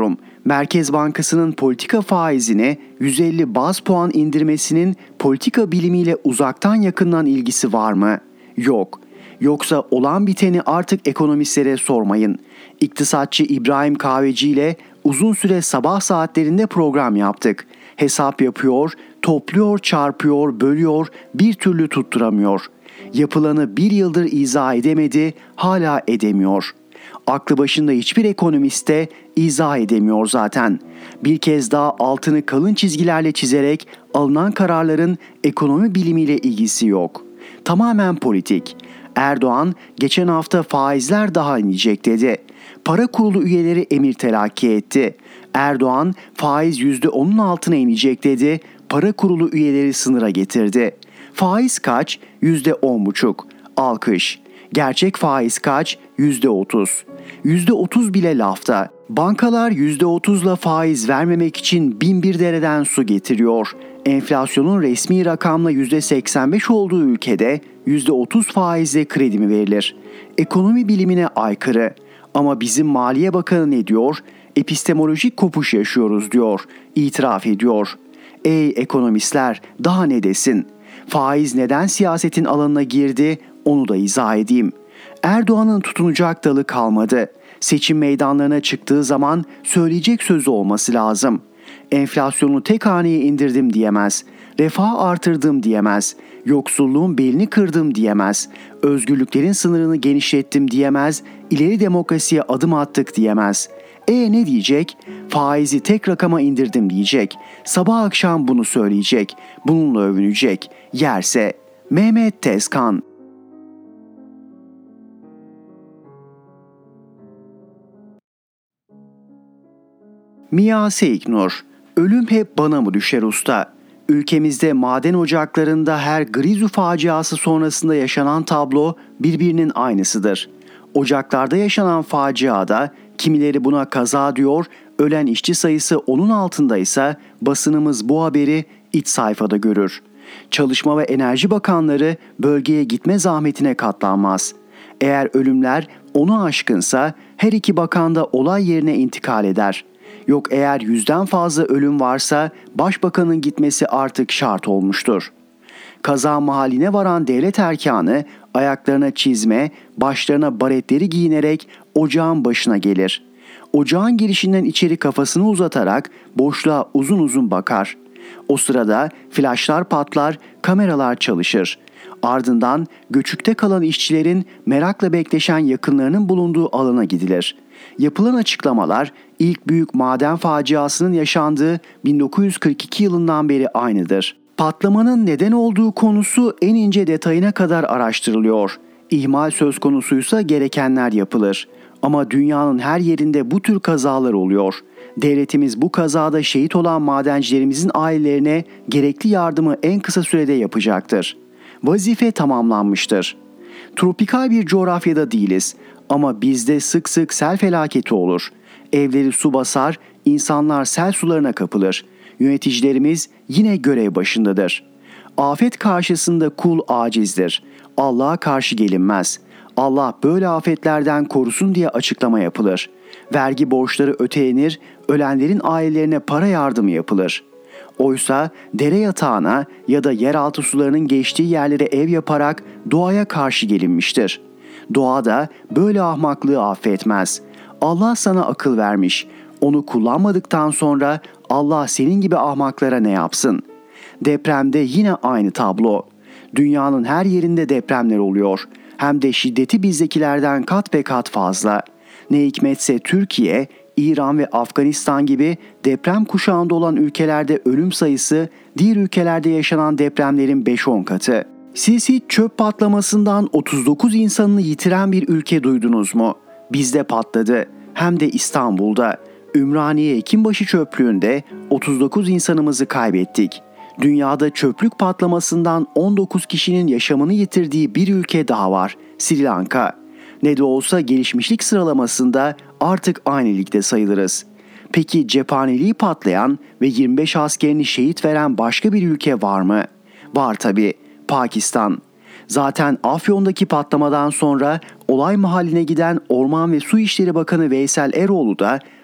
Speaker 2: Merkez Bankası'nın politika faizini 150 baz puan indirmesinin politika bilimiyle uzaktan yakından ilgisi var mı? Yok. Yoksa olan biteni artık ekonomistlere sormayın. İktisatçı İbrahim Kahveci ile uzun süre sabah saatlerinde program yaptık. Hesap yapıyor, topluyor, çarpıyor, bölüyor, bir türlü tutturamıyor. Yapılanı bir yıldır izah edemedi, hala edemiyor. Aklı başında hiçbir ekonomist de izah edemiyor zaten. Bir kez daha altını kalın çizgilerle çizerek alınan kararların ekonomi bilimiyle ilgisi yok. Tamamen politik. Erdoğan geçen hafta faizler daha inecek dedi. Para kurulu üyeleri emir telakki etti. Erdoğan faiz %10'un altına inecek dedi. Para kurulu üyeleri sınıra getirdi. Faiz kaç? %10,5. Alkış. Gerçek faiz kaç? %30. %30 bile lafta. Bankalar %30'la faiz vermemek için binbir dereden su getiriyor. Enflasyonun resmi rakamla %85 olduğu ülkede %30 faizle kredi mi verilir? Ekonomi bilimine aykırı. Ama bizim Maliye Bakanı ne diyor? Epistemolojik kopuş yaşıyoruz diyor. İtiraf ediyor. Ey ekonomistler, daha ne desin? Faiz neden siyasetin alanına girdi? Onu da izah edeyim. Erdoğan'ın tutunacak dalı kalmadı. Seçim meydanlarına çıktığı zaman söyleyecek sözü olması lazım. Enflasyonu tek haneye indirdim diyemez. Refahı artırdım diyemez. Yoksulluğun belini kırdım diyemez. Özgürlüklerin sınırını genişlettim diyemez. İleri demokrasiye adım attık diyemez. Ne diyecek? Faizi tek rakama indirdim diyecek. Sabah akşam bunu söyleyecek. Bununla övünecek. Yerse Mehmet Tezkan. Mia Seyiknur, ölüm hep bana mı düşer usta? Ülkemizde maden ocaklarında her Grizu faciası sonrasında yaşanan tablo birbirinin aynısıdır. Ocaklarda yaşanan faciada kimileri buna kaza diyor, ölen işçi sayısı onun altındaysa basınımız bu haberi iç sayfada görür. Çalışma ve Enerji Bakanları bölgeye gitme zahmetine katlanmaz. Eğer ölümler onu aşkınsa her iki bakan da olay yerine intikal eder. Yok eğer 100'den fazla ölüm varsa başbakanın gitmesi artık şart olmuştur. Kaza mahalline varan devlet erkanı ayaklarına çizme, başlarına baretleri giyinerek ocağın başına gelir. Ocağın girişinden içeri kafasını uzatarak boşluğa uzun uzun bakar. O sırada flaşlar patlar, kameralar çalışır. Ardından göçükte kalan işçilerin merakla bekleşen yakınlarının bulunduğu alana gidilir. Yapılan açıklamalar ilk büyük maden faciasının yaşandığı 1942 yılından beri aynıdır. Patlamanın neden olduğu konusu en ince detayına kadar araştırılıyor. İhmal söz konusuysa gerekenler yapılır. Ama dünyanın her yerinde bu tür kazalar oluyor. Devletimiz bu kazada şehit olan madencilerimizin ailelerine gerekli yardımı en kısa sürede yapacaktır. Vazife tamamlanmıştır. Tropikal bir coğrafyada değiliz ama bizde sık sık sel felaketi olur. Evleri su basar, insanlar sel sularına kapılır. Yöneticilerimiz yine görev başındadır. Afet karşısında kul acizdir. Allah'a karşı gelinmez. Allah böyle afetlerden korusun diye açıklama yapılır. Vergi borçları ötelenir, ölenlerin ailelerine para yardımı yapılır. Oysa dere yatağına ya da yeraltı sularının geçtiği yerlere ev yaparak doğaya karşı gelinmiştir. Doğa da böyle ahmaklığı affetmez. Allah sana akıl vermiş. Onu kullanmadıktan sonra Allah senin gibi ahmaklara ne yapsın? Depremde yine aynı tablo. Dünyanın her yerinde depremler oluyor. Hem de şiddeti bizdekilerden kat be kat fazla. Ne hikmetse Türkiye, İran ve Afganistan gibi deprem kuşağında olan ülkelerde ölüm sayısı diğer ülkelerde yaşanan depremlerin 5-10 katı. Siz hiç çöp patlamasından 39 insanını yitiren bir ülke duydunuz mu? Bizde patladı. Hem de İstanbul'da. Ümraniye Hekimbaşı çöplüğünde 39 insanımızı kaybettik. Dünyada çöplük patlamasından 19 kişinin yaşamını yitirdiği bir ülke daha var. Sri Lanka. Ne de olsa gelişmişlik sıralamasında artık aynı ligde sayılırız. Peki cephaneliği patlayan ve 25 askerini şehit veren başka bir ülke var mı? Var tabii. Pakistan. Zaten Afyon'daki patlamadan sonra olay mahalline giden Orman ve Su İşleri Bakanı Veysel Eroğlu da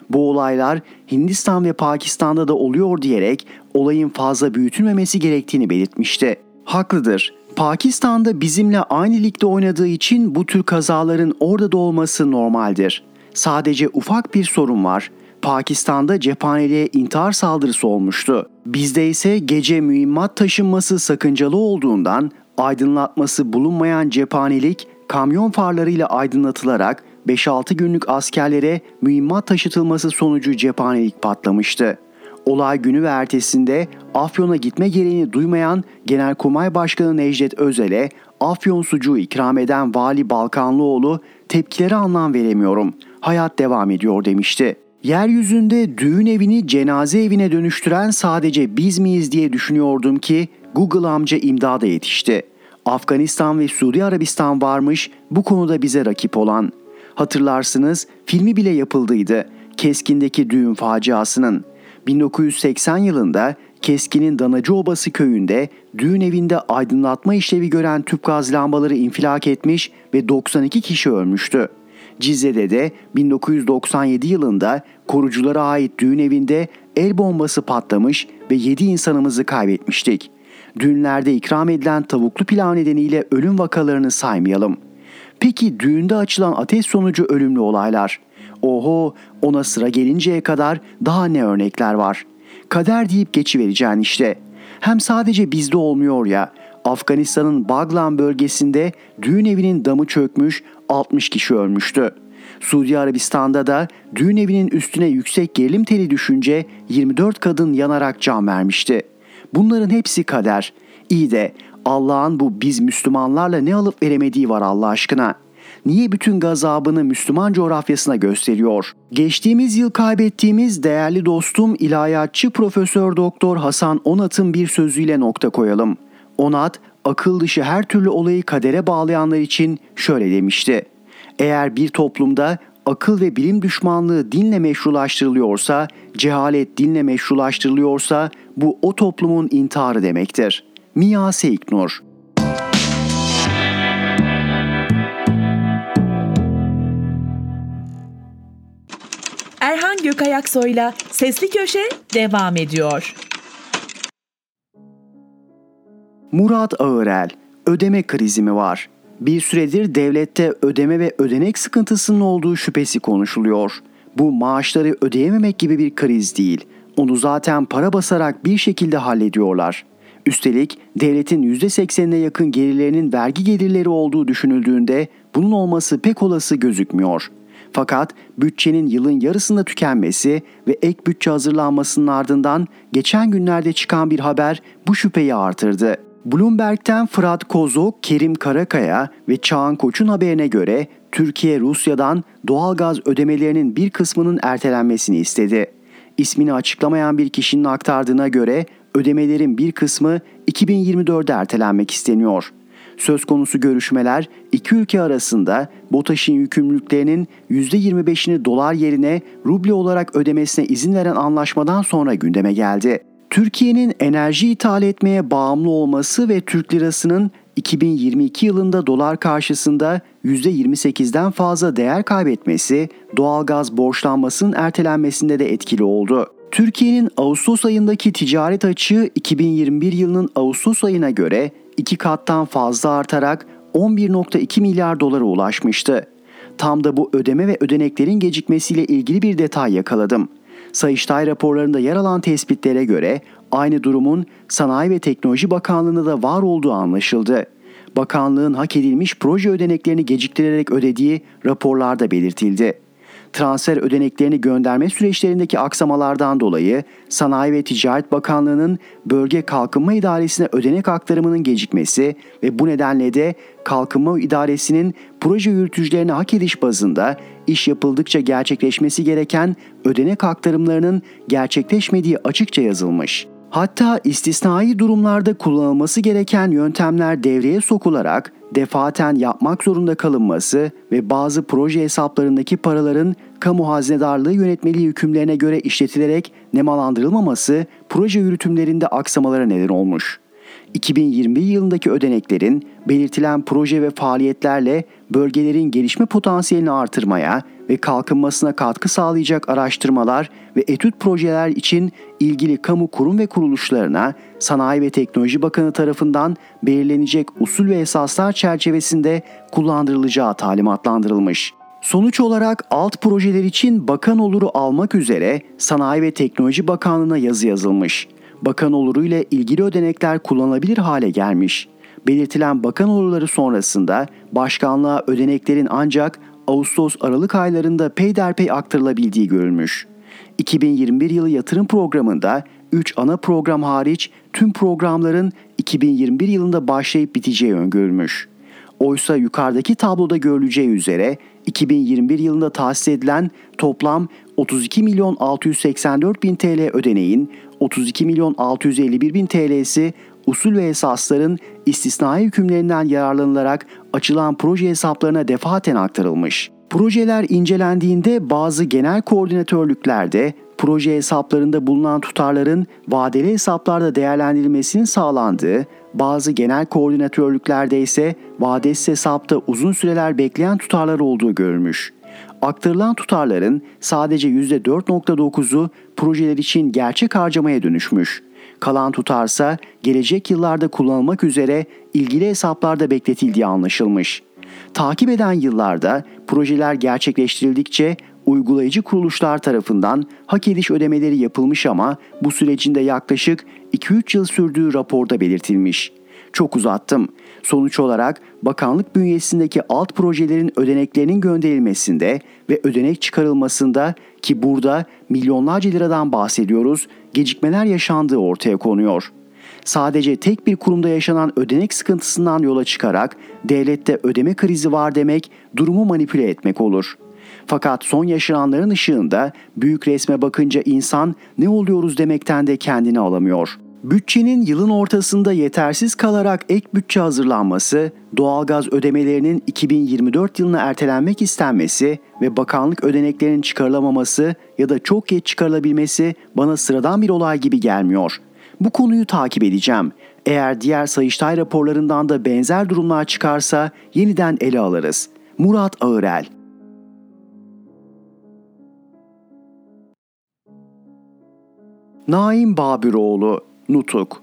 Speaker 2: Bu olaylar Hindistan ve Pakistan'da da oluyor diyerek olayın fazla büyütülmemesi gerektiğini belirtmişti. Haklıdır. Pakistan'da bizimle aynı ligde oynadığı için bu tür kazaların orada da olması normaldir. Sadece ufak bir sorun var. Pakistan'da cephaneliğe intihar saldırısı olmuştu. Bizde ise gece mühimmat taşınması sakıncalı olduğundan aydınlatması bulunmayan cephanelik kamyon farlarıyla aydınlatılarak 5-6 günlük askerlere mühimmat taşıtılması sonucu cephanelik patlamıştı. Olay günü ve ertesinde Afyon'a gitme gereğini duymayan Genelkurmay Başkanı Necdet Özel'e Afyon sucuğu ikram eden Vali Balkanlıoğlu tepkilere anlam veremiyorum. Hayat devam ediyor demişti. Yeryüzünde düğün evini cenaze evine dönüştüren sadece biz miyiz diye düşünüyordum ki Google amca imdada yetişti. Afganistan ve Suudi Arabistan varmış bu konuda bize rakip olan. Hatırlarsınız filmi bile yapıldıydı. Keskin'deki düğün faciasının. 1980 yılında Keskin'in Danacıobası köyünde düğün evinde aydınlatma işlevi gören tüp gaz lambaları infilak etmiş ve 92 kişi ölmüştü. Cizre'de de 1997 yılında koruculara ait düğün evinde el bombası patlamış ve 7 insanımızı kaybetmiştik. Düğünlerde ikram edilen tavuklu pilav nedeniyle ölüm vakalarını saymayalım. Peki düğünde açılan ateş sonucu ölümlü olaylar? Oho, ona sıra gelinceye kadar daha ne örnekler var. Kader deyip geçivereceğin işte. Hem sadece bizde olmuyor ya. Afganistan'ın Baglan bölgesinde düğün evinin damı çökmüş, 60 kişi ölmüştü. Suudi Arabistan'da da düğün evinin üstüne yüksek gerilim teli düşünce 24 kadın yanarak can vermişti. Bunların hepsi kader. İyi de Allah'ın bu biz Müslümanlarla ne alıp veremediği var Allah aşkına. Niye bütün gazabını Müslüman coğrafyasına gösteriyor? Geçtiğimiz yıl kaybettiğimiz değerli dostum ilahiyatçı Profesör Doktor Hasan Onat'ın bir sözüyle nokta koyalım. Onat, akıl dışı her türlü olayı kadere bağlayanlar için şöyle demişti. Eğer bir toplumda akıl ve bilim düşmanlığı dinle meşrulaştırılıyorsa, cehalet dinle meşrulaştırılıyorsa bu o toplumun intiharı demektir. Mia Seiknur.
Speaker 1: Erhan Gökayaksoy'la Sesli Köşe devam ediyor.
Speaker 2: Murat Ağırel, ödeme krizi mi var? Bir süredir devlette ödeme ve ödenek sıkıntısının olduğu şüphesi konuşuluyor. Bu maaşları ödeyememek gibi bir kriz değil. Onu zaten para basarak bir şekilde hallediyorlar. Üstelik devletin %80'ine yakın gelirlerinin vergi gelirleri olduğu düşünüldüğünde bunun olması pek olası gözükmüyor. Fakat bütçenin yılın yarısında tükenmesi ve ek bütçe hazırlanmasının ardından geçen günlerde çıkan bir haber bu şüpheyi artırdı. Bloomberg'ten Fırat Kozok, Kerim Karakaya ve Çağan Koç'un haberine göre Türkiye Rusya'dan doğalgaz ödemelerinin bir kısmının ertelenmesini istedi. İsmini açıklamayan bir kişinin aktardığına göre ödemelerin bir kısmı 2024'de ertelenmek isteniyor. Söz konusu görüşmeler iki ülke arasında BOTAŞ'ın yükümlülüklerinin %25'ini dolar yerine ruble olarak ödemesine izin veren anlaşmadan sonra gündeme geldi. Türkiye'nin enerji ithal etmeye bağımlı olması ve Türk lirasının 2022 yılında dolar karşısında %28'den fazla değer kaybetmesi doğalgaz borçlanmasının ertelenmesinde de etkili oldu. Türkiye'nin Ağustos ayındaki ticaret açığı 2021 yılının Ağustos ayına göre 2 kattan fazla artarak 11,2 milyar dolara ulaşmıştı. Tam da bu ödeme ve ödeneklerin gecikmesiyle ilgili bir detay yakaladım. Sayıştay raporlarında yer alan tespitlere göre aynı durumun Sanayi ve Teknoloji Bakanlığı'nda da var olduğu anlaşıldı. Bakanlığın hak edilmiş proje ödeneklerini geciktirerek ödediği raporlarda belirtildi. Transfer ödeneklerini gönderme süreçlerindeki aksamalardan dolayı Sanayi ve Ticaret Bakanlığı'nın Bölge Kalkınma İdaresi'ne ödenek aktarımının gecikmesi ve bu nedenle de Kalkınma İdaresi'nin proje yürütücülerine hak ediş bazında iş yapıldıkça gerçekleşmesi gereken ödenek aktarımlarının gerçekleşmediği açıkça yazılmış. Hatta istisnai durumlarda kullanılması gereken yöntemler devreye sokularak defaten yapmak zorunda kalınması ve bazı proje hesaplarındaki paraların kamu haznedarlığı yönetmeliği hükümlerine göre işletilerek nemalandırılmaması proje yürütümlerinde aksamalara neden olmuş. 2021 yılındaki ödeneklerin belirtilen proje ve faaliyetlerle bölgelerin gelişme potansiyelini artırmaya ve kalkınmasına katkı sağlayacak araştırmalar ve etüt projeler için ilgili kamu kurum ve kuruluşlarına Sanayi ve Teknoloji Bakanı tarafından belirlenecek usul ve esaslar çerçevesinde kullandırılacağı talimatlandırılmış. Sonuç olarak alt projeler için bakan oluru almak üzere Sanayi ve Teknoloji Bakanlığı'na yazı yazılmış. Bakan oluru ile ilgili ödenekler kullanılabilir hale gelmiş. Belirtilen bakan olurları sonrasında başkanlığa ödeneklerin ancak Ağustos-Aralık aylarında peyderpey aktarılabildiği görülmüş. 2021 yılı yatırım programında 3 ana program hariç tüm programların 2021 yılında başlayıp biteceği öngörülmüş. Oysa yukarıdaki tabloda görüleceği üzere 2021 yılında tahsis edilen toplam 32.684.000 TL ödeneğin 32.651.000 TL'si usul ve esasların istisnai hükümlerinden yararlanılarak açılan proje hesaplarına defaten aktarılmış. Projeler incelendiğinde bazı genel koordinatörlüklerde proje hesaplarında bulunan tutarların vadeli hesaplarda değerlendirilmesinin sağlandığı, bazı genel koordinatörlüklerde ise vadesiz hesapta uzun süreler bekleyen tutarlar olduğu görülmüş. Aktarılan tutarların sadece %4.9'u projeler için gerçek harcamaya dönüşmüş. Kalan tutarsa gelecek yıllarda kullanılmak üzere ilgili hesaplarda bekletildiği anlaşılmış. Takip eden yıllarda projeler gerçekleştirildikçe uygulayıcı kuruluşlar tarafından hak ediş ödemeleri yapılmış ama bu sürecin de yaklaşık 2-3 yıl sürdüğü raporda belirtilmiş. Çok uzattım. Sonuç olarak bakanlık bünyesindeki alt projelerin ödeneklerinin gönderilmesinde ve ödenek çıkarılmasında ki burada milyonlarca liradan bahsediyoruz, gecikmeler yaşandığı ortaya konuyor. Sadece tek bir kurumda yaşanan ödenek sıkıntısından yola çıkarak devlette ödeme krizi var demek durumu manipüle etmek olur. Fakat son yaşananların ışığında büyük resme bakınca insan ne oluyoruz demekten de kendini alamıyor. Bütçenin yılın ortasında yetersiz kalarak ek bütçe hazırlanması, doğalgaz ödemelerinin 2024 yılına ertelenmek istenmesi ve bakanlık ödeneklerinin çıkarılamaması ya da çok geç çıkarılabilmesi bana sıradan bir olay gibi gelmiyor. Bu konuyu takip edeceğim. Eğer diğer Sayıştay raporlarından da benzer durumlar çıkarsa yeniden ele alırız. Murat Ağırel. Naim Babüroğlu, Nutuk,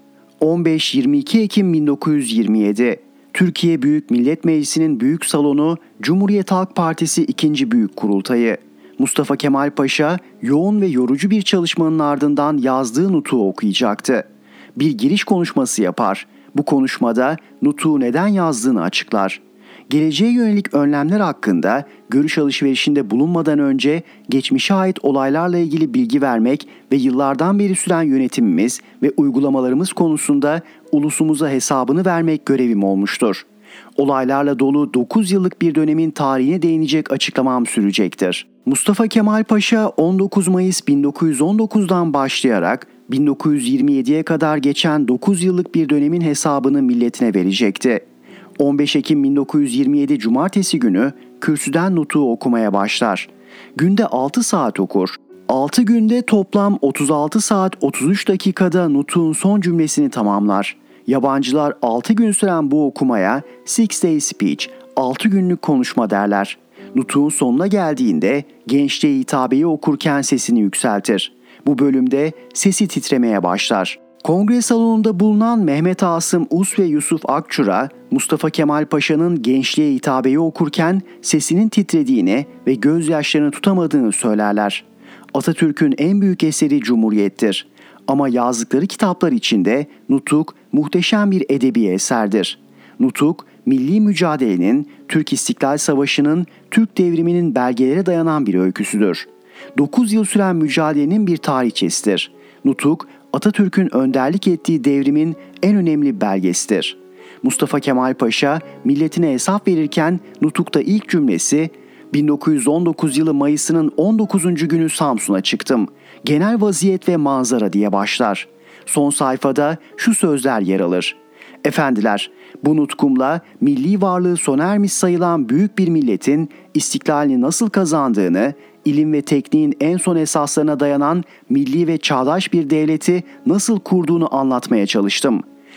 Speaker 2: 15-22 Ekim 1927, Türkiye Büyük Millet Meclisi'nin Büyük Salonu, Cumhuriyet Halk Partisi 2. Büyük Kurultayı. Mustafa Kemal Paşa yoğun ve yorucu bir çalışmanın ardından yazdığı nutuğu okuyacaktı. Bir giriş konuşması yapar. Bu konuşmada nutuğu neden yazdığını açıklar. Geleceğe yönelik önlemler hakkında görüş alışverişinde bulunmadan önce geçmişe ait olaylarla ilgili bilgi vermek ve yıllardan beri süren yönetimimiz ve uygulamalarımız konusunda ulusumuza hesabını vermek görevim olmuştur. Olaylarla dolu 9 yıllık bir dönemin tarihine değinecek açıklamam sürecektir. Mustafa Kemal Paşa 19 Mayıs 1919'dan başlayarak 1927'ye kadar geçen 9 yıllık bir dönemin hesabını milletine verecekti. 15 Ekim 1927 Cumartesi günü kürsüden nutuğu okumaya başlar. Günde 6 saat okur. 6 günde toplam 36 saat 33 dakikada nutuğun son cümlesini tamamlar. Yabancılar 6 gün süren bu okumaya 6-day speech, 6 günlük konuşma derler. Nutuğun sonuna geldiğinde gençliğe hitabeyi okurken sesini yükseltir. Bu bölümde sesi titremeye başlar. Kongre salonunda bulunan Mehmet Asım Us ve Yusuf Akçura, Mustafa Kemal Paşa'nın gençliğe hitabeyi okurken sesinin titrediğini ve gözyaşlarını tutamadığını söylerler. Atatürk'ün en büyük eseri Cumhuriyet'tir. Ama yazdıkları kitaplar içinde Nutuk muhteşem bir edebi eserdir. Nutuk, milli mücadelenin, Türk İstiklal Savaşı'nın, Türk devriminin belgelere dayanan bir öyküsüdür. 9 yıl süren mücadelenin bir tarihçesidir. Nutuk, Atatürk'ün önderlik ettiği devrimin en önemli belgesidir. Mustafa Kemal Paşa milletine hesap verirken Nutuk'ta ilk cümlesi 1919 yılı Mayıs'ının 19. günü Samsun'a çıktım. Genel vaziyet ve manzara diye başlar. Son sayfada şu sözler yer alır. Efendiler, bu nutkumla milli varlığı sona ermiş sayılan büyük bir milletin istiklalini nasıl kazandığını, ilim ve tekniğin en son esaslarına dayanan milli ve çağdaş bir devleti nasıl kurduğunu anlatmaya çalıştım.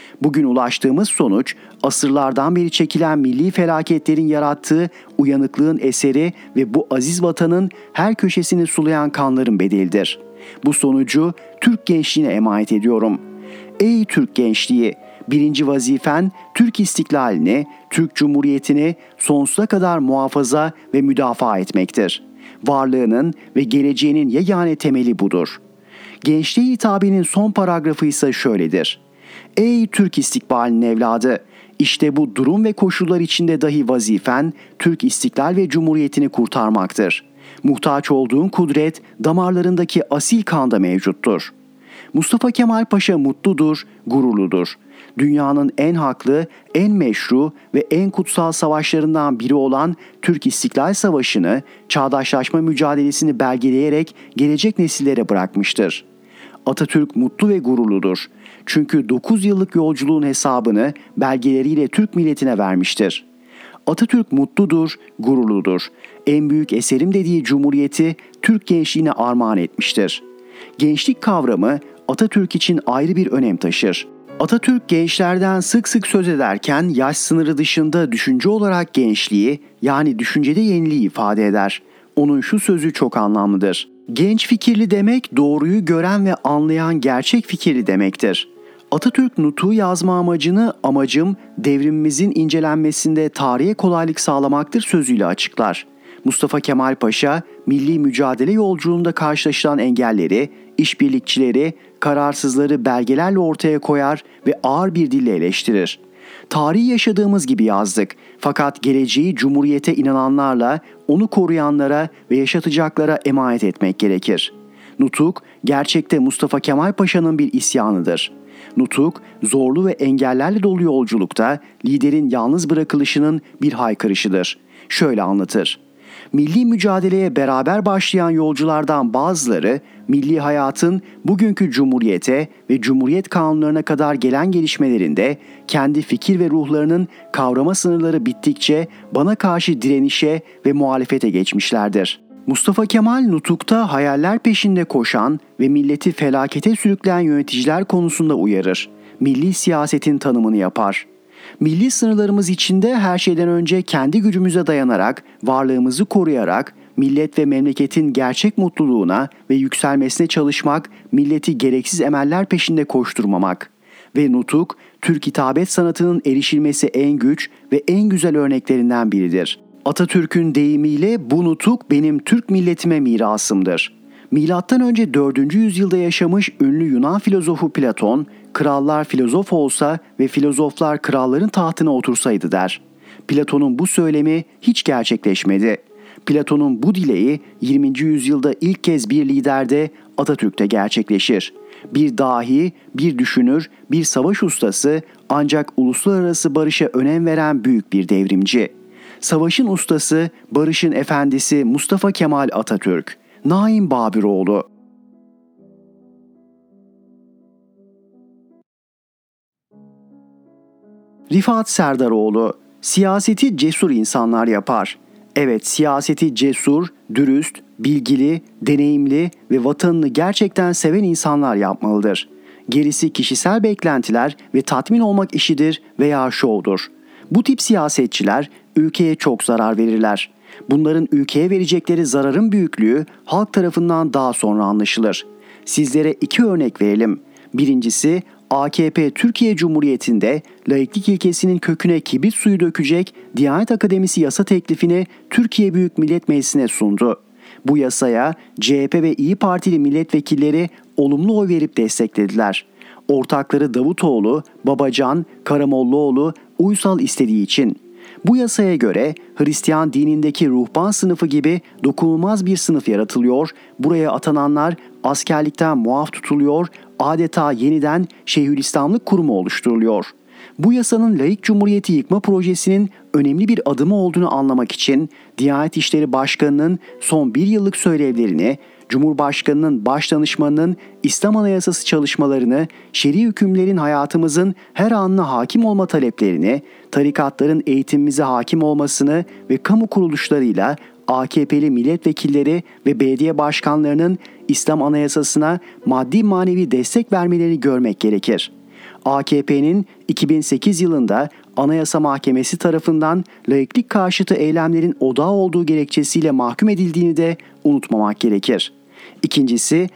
Speaker 2: Bugün ulaştığımız sonuç, asırlardan beri çekilen milli felaketlerin yarattığı uyanıklığın eseri ve bu aziz vatanın her köşesini sulayan kanların bedelidir. Bu sonucu Türk gençliğine emanet ediyorum. Ey Türk gençliği! Birinci vazifen Türk istiklalini, Türk Cumhuriyeti'ni sonsuza kadar muhafaza ve müdafaa etmektir. Varlığının ve geleceğinin yegane temeli budur. Gençliğe hitabenin son paragrafı ise şöyledir. Ey Türk istikbalinin evladı! İşte bu durum ve koşullar içinde dahi vazifen Türk istiklal ve cumhuriyetini kurtarmaktır. Muhtaç olduğun kudret damarlarındaki asil kanda mevcuttur. Mustafa Kemal Paşa mutludur, gururludur. Dünyanın en haklı, en meşru ve en kutsal savaşlarından biri olan Türk İstiklal Savaşı'nı, çağdaşlaşma mücadelesini belgeleyerek gelecek nesillere bırakmıştır. Atatürk mutlu ve gururludur. Çünkü 9 yıllık yolculuğun hesabını belgeleriyle Türk milletine vermiştir. Atatürk mutludur, gururludur. En büyük eserim dediği cumhuriyeti Türk gençliğine armağan etmiştir. Gençlik kavramı Atatürk için ayrı bir önem taşır. Atatürk gençlerden sık sık söz ederken yaş sınırı dışında düşünce olarak gençliği, yani düşüncede yeniliği ifade eder. Onun şu sözü çok anlamlıdır. Genç fikirli demek doğruyu gören ve anlayan gerçek fikirli demektir. Atatürk nutuğu yazma amacım devrimimizin incelenmesinde tarihe kolaylık sağlamaktır sözüyle açıklar. Mustafa Kemal Paşa, milli mücadele yolculuğunda karşılaşılan engelleri, işbirlikçileri, kararsızları belgelerle ortaya koyar ve ağır bir dille eleştirir. Tarihi yaşadığımız gibi yazdık. Fakat geleceği cumhuriyete inananlarla, onu koruyanlara ve yaşatacaklara emanet etmek gerekir. Nutuk, gerçekte Mustafa Kemal Paşa'nın bir isyanıdır. Nutuk, zorlu ve engellerle dolu yolculukta liderin yalnız bırakılışının bir haykırışıdır. Şöyle anlatır. Milli mücadeleye beraber başlayan yolculardan bazıları, milli hayatın bugünkü cumhuriyete ve cumhuriyet kanunlarına kadar gelen gelişmelerinde kendi fikir ve ruhlarının kavrama sınırları bittikçe bana karşı direnişe ve muhalefete geçmişlerdir. Mustafa Kemal nutukta hayaller peşinde koşan ve milleti felakete sürükleyen yöneticiler konusunda uyarır. Milli siyasetin tanımını yapar. Milli sınırlarımız içinde her şeyden önce kendi gücümüze dayanarak, varlığımızı koruyarak, millet ve memleketin gerçek mutluluğuna ve yükselmesine çalışmak, milleti gereksiz emeller peşinde koşturmamak. Ve nutuk, Türk hitabet sanatının erişilmesi en güç ve en güzel örneklerinden biridir. Atatürk'ün deyimiyle bu nutuk benim Türk milletime mirasımdır. Milattan önce 4. yüzyılda yaşamış ünlü Yunan filozofu Platon, krallar filozof olsa ve filozoflar kralların tahtına otursaydı der. Platon'un bu söylemi hiç gerçekleşmedi. Platon'un bu dileği 20. yüzyılda ilk kez bir liderde, Atatürk'te gerçekleşir. Bir dahi, bir düşünür, bir savaş ustası, ancak uluslararası barışa önem veren büyük bir devrimci. Savaşın ustası, barışın efendisi Mustafa Kemal Atatürk. Naim Babiroğlu. Rifat Serdaroğlu. Siyaseti cesur insanlar yapar. Evet, siyaseti cesur, dürüst, bilgili, deneyimli ve vatanını gerçekten seven insanlar yapmalıdır. Gerisi kişisel beklentiler ve tatmin olmak işidir veya şovdur. Bu tip siyasetçiler ülkeye çok zarar verirler. Bunların ülkeye verecekleri zararın büyüklüğü halk tarafından daha sonra anlaşılır. Sizlere 2 örnek verelim. Birincisi, AKP Türkiye Cumhuriyeti'nde laiklik ilkesinin köküne kibrit suyu dökecek Diyanet Akademisi yasa teklifini Türkiye Büyük Millet Meclisi'ne sundu. Bu yasaya CHP ve İyi Partili milletvekilleri olumlu oy verip desteklediler. Ortakları Davutoğlu, Babacan, Karamollaoğlu Uysal istediği için. Bu yasaya göre Hristiyan dinindeki ruhban sınıfı gibi dokunulmaz bir sınıf yaratılıyor, buraya atananlar askerlikten muaf tutuluyor, adeta yeniden Şeyhülislamlık kurumu oluşturuluyor. Bu yasanın laik cumhuriyeti yıkma projesinin önemli bir adımı olduğunu anlamak için Diyanet İşleri Başkanı'nın son 1 yıllık söylevlerini, Cumhurbaşkanı'nın başdanışmanının İslam Anayasası çalışmalarını, şer'i hükümlerin hayatımızın her anına hakim olma taleplerini, tarikatların eğitimimize hakim olmasını ve kamu kuruluşlarıyla AKP'li milletvekilleri ve belediye başkanlarının İslam Anayasası'na maddi manevi destek vermelerini görmek gerekir. AKP'nin 2008 yılında Anayasa Mahkemesi tarafından laiklik karşıtı eylemlerin odağı olduğu gerekçesiyle mahkum edildiğini de unutmamak gerekir. İkincisi,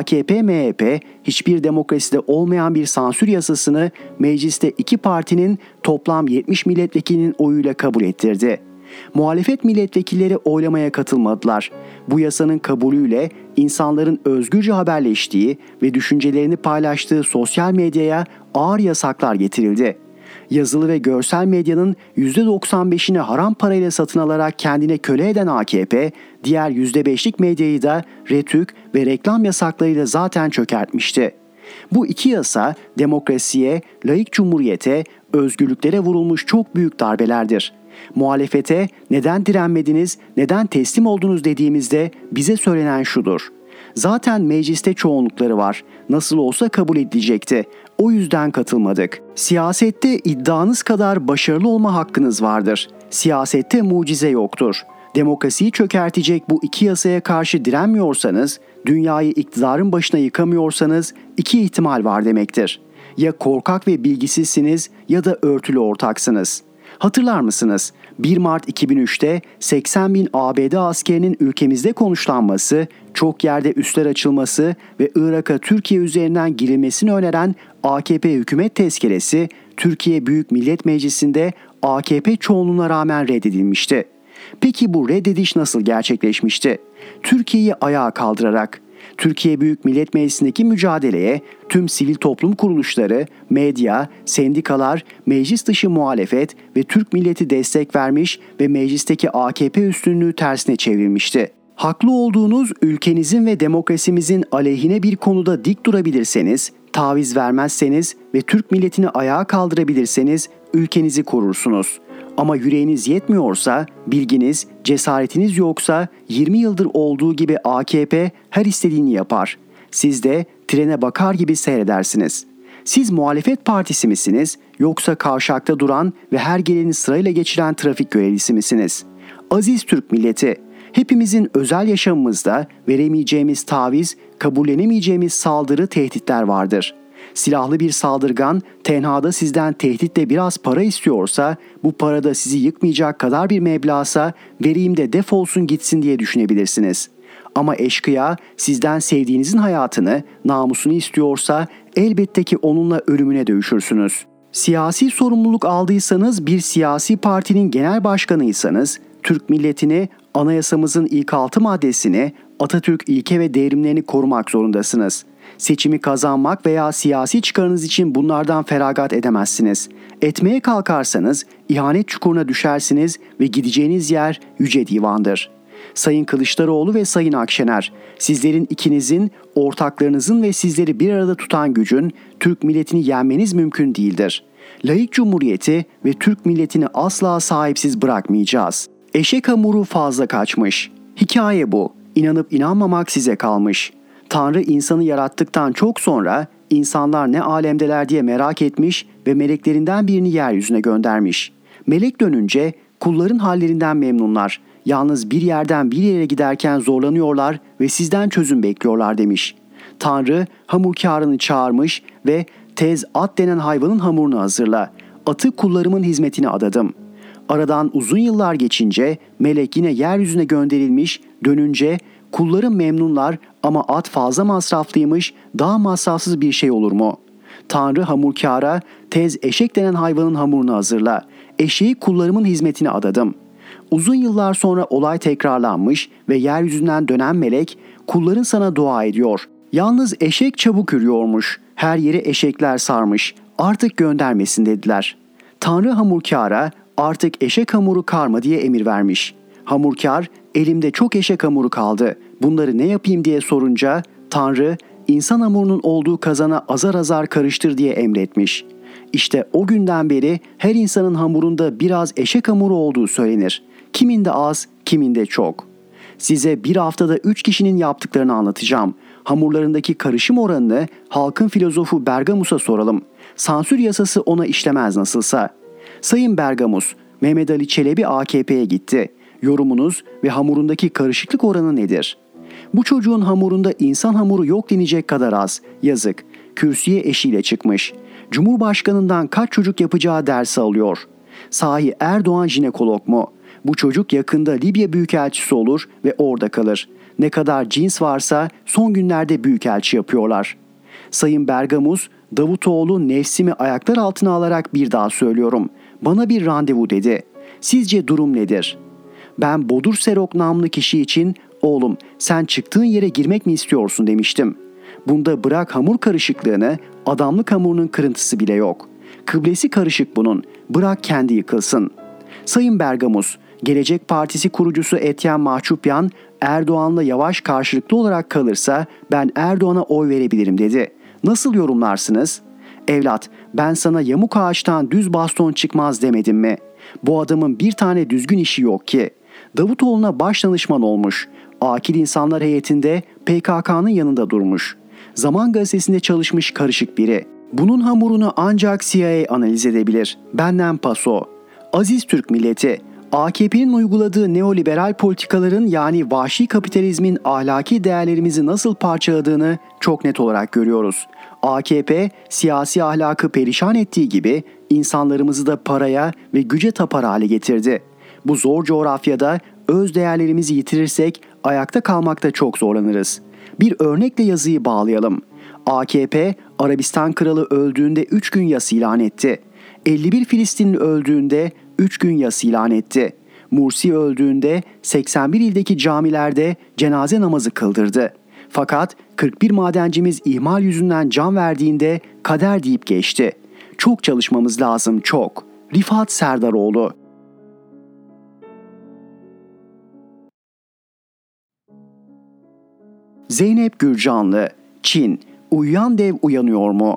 Speaker 2: AKP-MHP hiçbir demokraside olmayan bir sansür yasasını mecliste iki partinin toplam 70 milletvekilinin oyuyla kabul ettirdi. Muhalefet milletvekilleri oylamaya katılmadılar. Bu yasanın kabulüyle insanların özgürce haberleştiği ve düşüncelerini paylaştığı sosyal medyaya ağır yasaklar getirildi. Yazılı ve görsel medyanın %95'ini haram parayla satın alarak kendine köle eden AKP, diğer %5'lik medyayı da RTÜK ve reklam yasaklarıyla zaten çökertmişti. Bu iki yasa demokrasiye, laik cumhuriyete, özgürlüklere vurulmuş çok büyük darbelerdir. Muhalefete neden direnmediniz, neden teslim oldunuz dediğimizde bize söylenen şudur: zaten mecliste çoğunlukları var. Nasıl olsa kabul edilecekti. O yüzden katılmadık. Siyasette iddianız kadar başarılı olma hakkınız vardır. Siyasette mucize yoktur. Demokrasiyi çökertecek bu iki yasaya karşı direnmiyorsanız, dünyayı iktidarın başına yıkamıyorsanız iki ihtimal var demektir. Ya korkak ve bilgisizsiniz ya da örtülü ortaksınız. Hatırlar mısınız? 1 Mart 2003'te 80 bin ABD askerinin ülkemizde konuşlanması, çok yerde üsler açılması ve Irak'a Türkiye üzerinden girilmesini öneren AKP hükümet tezkeresi, Türkiye Büyük Millet Meclisi'nde AKP çoğunluğuna rağmen reddedilmişti. Peki bu reddediş nasıl gerçekleşmişti? Türkiye'yi ayağa kaldırarak. Türkiye Büyük Millet Meclisi'ndeki mücadeleye tüm sivil toplum kuruluşları, medya, sendikalar, meclis dışı muhalefet ve Türk milleti destek vermiş ve meclisteki AKP üstünlüğü tersine çevirmişti. Haklı olduğunuz ülkenizin ve demokrasimizin aleyhine bir konuda dik durabilirseniz, taviz vermezseniz ve Türk milletini ayağa kaldırabilirseniz ülkenizi korursunuz. Ama yüreğiniz yetmiyorsa, bilginiz, cesaretiniz yoksa 20 yıldır olduğu gibi AKP her istediğini yapar. Siz de trene bakar gibi seyredersiniz. Siz muhalefet partisi misiniz yoksa kavşakta duran ve her geleni sırayla geçiren trafik görevlisi misiniz? Aziz Türk milleti, hepimizin özel yaşamımızda veremeyeceğimiz taviz, kabullenemeyeceğimiz saldırı, tehditler vardır. Silahlı bir saldırgan tenhada sizden tehditle biraz para istiyorsa, bu parada sizi yıkmayacak kadar bir meblağsa vereyim de defolsun gitsin diye düşünebilirsiniz. Ama eşkıya sizden sevdiğinizin hayatını, namusunu istiyorsa elbette ki onunla ölümüne dövüşürsünüz. Siyasi sorumluluk aldıysanız, bir siyasi partinin genel başkanıysanız, Türk milletini, anayasamızın ilk 6 maddesini, Atatürk ilke ve devrimlerini korumak zorundasınız. Seçimi kazanmak veya siyasi çıkarınız için bunlardan feragat edemezsiniz. Etmeye kalkarsanız ihanet çukuruna düşersiniz ve gideceğiniz yer Yüce Divan'dır. Sayın Kılıçdaroğlu ve Sayın Akşener, sizlerin ikinizin, ortaklarınızın ve sizleri bir arada tutan gücün Türk milletini yenmeniz mümkün değildir. Laik Cumhuriyeti ve Türk milletini asla sahipsiz bırakmayacağız. Eşek hamuru fazla kaçmış. Hikaye bu. İnanıp inanmamak size kalmış. Tanrı insanı yarattıktan çok sonra insanlar ne alemdeler diye merak etmiş ve meleklerinden birini yeryüzüne göndermiş. Melek dönünce kulların hallerinden memnunlar. Yalnız bir yerden bir yere giderken zorlanıyorlar ve sizden çözüm bekliyorlar demiş. Tanrı hamurkârını çağırmış ve tez at denen hayvanın hamurunu hazırla. Atı kullarımın hizmetine adadım. Aradan uzun yıllar geçince melek yine yeryüzüne gönderilmiş, dönünce kullarım memnunlar ama at fazla masraflıymış, daha masrafsız bir şey olur mu? Tanrı hamurkâra tez eşek denen hayvanın hamurunu hazırla. Eşeği kullarımın hizmetine adadım. Uzun yıllar sonra olay tekrarlanmış ve yeryüzünden dönen melek kulların sana dua ediyor. Yalnız eşek çabuk ürüyormuş. Her yeri eşekler sarmış. Artık göndermesin dediler. Tanrı hamurkâra artık eşek hamuru karma diye emir vermiş. Hamurkâr elimde çok eşek hamuru kaldı. Bunları ne yapayım diye sorunca Tanrı insan hamurunun olduğu kazana azar azar karıştır diye emretmiş. İşte o günden beri her insanın hamurunda biraz eşek hamuru olduğu söylenir. Kiminde az, kiminde çok. Size bir haftada 3 kişinin yaptıklarını anlatacağım. Hamurlarındaki karışım oranını halkın filozofu Bergamus'a soralım. Sansür yasası ona işlemez nasılsa. Sayın Bergamus, Mehmet Ali Çelebi AKP'ye gitti. Yorumunuz ve hamurundaki karışıklık oranı nedir? Bu çocuğun hamurunda insan hamuru yok denecek kadar az. Yazık. Kürsüye eşiyle çıkmış. Cumhurbaşkanından kaç çocuk yapacağı dersi alıyor. Sahi Erdoğan jinekolog mu? Bu çocuk yakında Libya büyükelçisi olur ve orada kalır. Ne kadar cins varsa son günlerde büyükelçi yapıyorlar. Sayın Bergamus, Davutoğlu nefsimi ayaklar altına alarak bir daha söylüyorum. Bana bir randevu dedi. Sizce durum nedir? Ben Bodur Serok namlı kişi için oğlum sen çıktığın yere girmek mi istiyorsun demiştim. Bunda bırak hamur karışıklığını, adamlık hamurunun kırıntısı bile yok. Kıblesi karışık bunun. Bırak kendi yıkılsın. Sayın Bergamus, Gelecek Partisi kurucusu Etyen Mahçupyan, Erdoğan'la Yavaş karşılıklı olarak kalırsa ben Erdoğan'a oy verebilirim dedi. Nasıl yorumlarsınız? Evlat, ben sana yamuk ağaçtan düz baston çıkmaz demedim mi? Bu adamın bir tane düzgün işi yok ki. Davutoğlu'na baş danışman olmuş. Akil İnsanlar Heyeti'nde PKK'nın yanında durmuş. Zaman Gazetesi'nde çalışmış karışık biri. Bunun hamurunu ancak CIA analiz edebilir. Benden paso. Aziz Türk milleti, AKP'nin uyguladığı neoliberal politikaların yani vahşi kapitalizmin ahlaki değerlerimizi nasıl parçaladığını çok net olarak görüyoruz. AKP siyasi ahlakı perişan ettiği gibi insanlarımızı da paraya ve güce tapar hale getirdi. Bu zor coğrafyada öz değerlerimizi yitirirsek ayakta kalmakta çok zorlanırız. Bir örnekle yazıyı bağlayalım. AKP, Arabistan kralı öldüğünde 3 gün yas ilan etti. 51 Filistinli öldüğünde 3 gün yas ilan etti. Mursi öldüğünde 81 ildeki camilerde cenaze namazı kıldırdı. Fakat 41 madencimiz ihmal yüzünden can verdiğinde kader deyip geçti. Çok çalışmamız lazım, çok. Rifat Serdaroğlu. Zeynep Gürcanlı, Çin, uyuyan dev uyanıyor mu?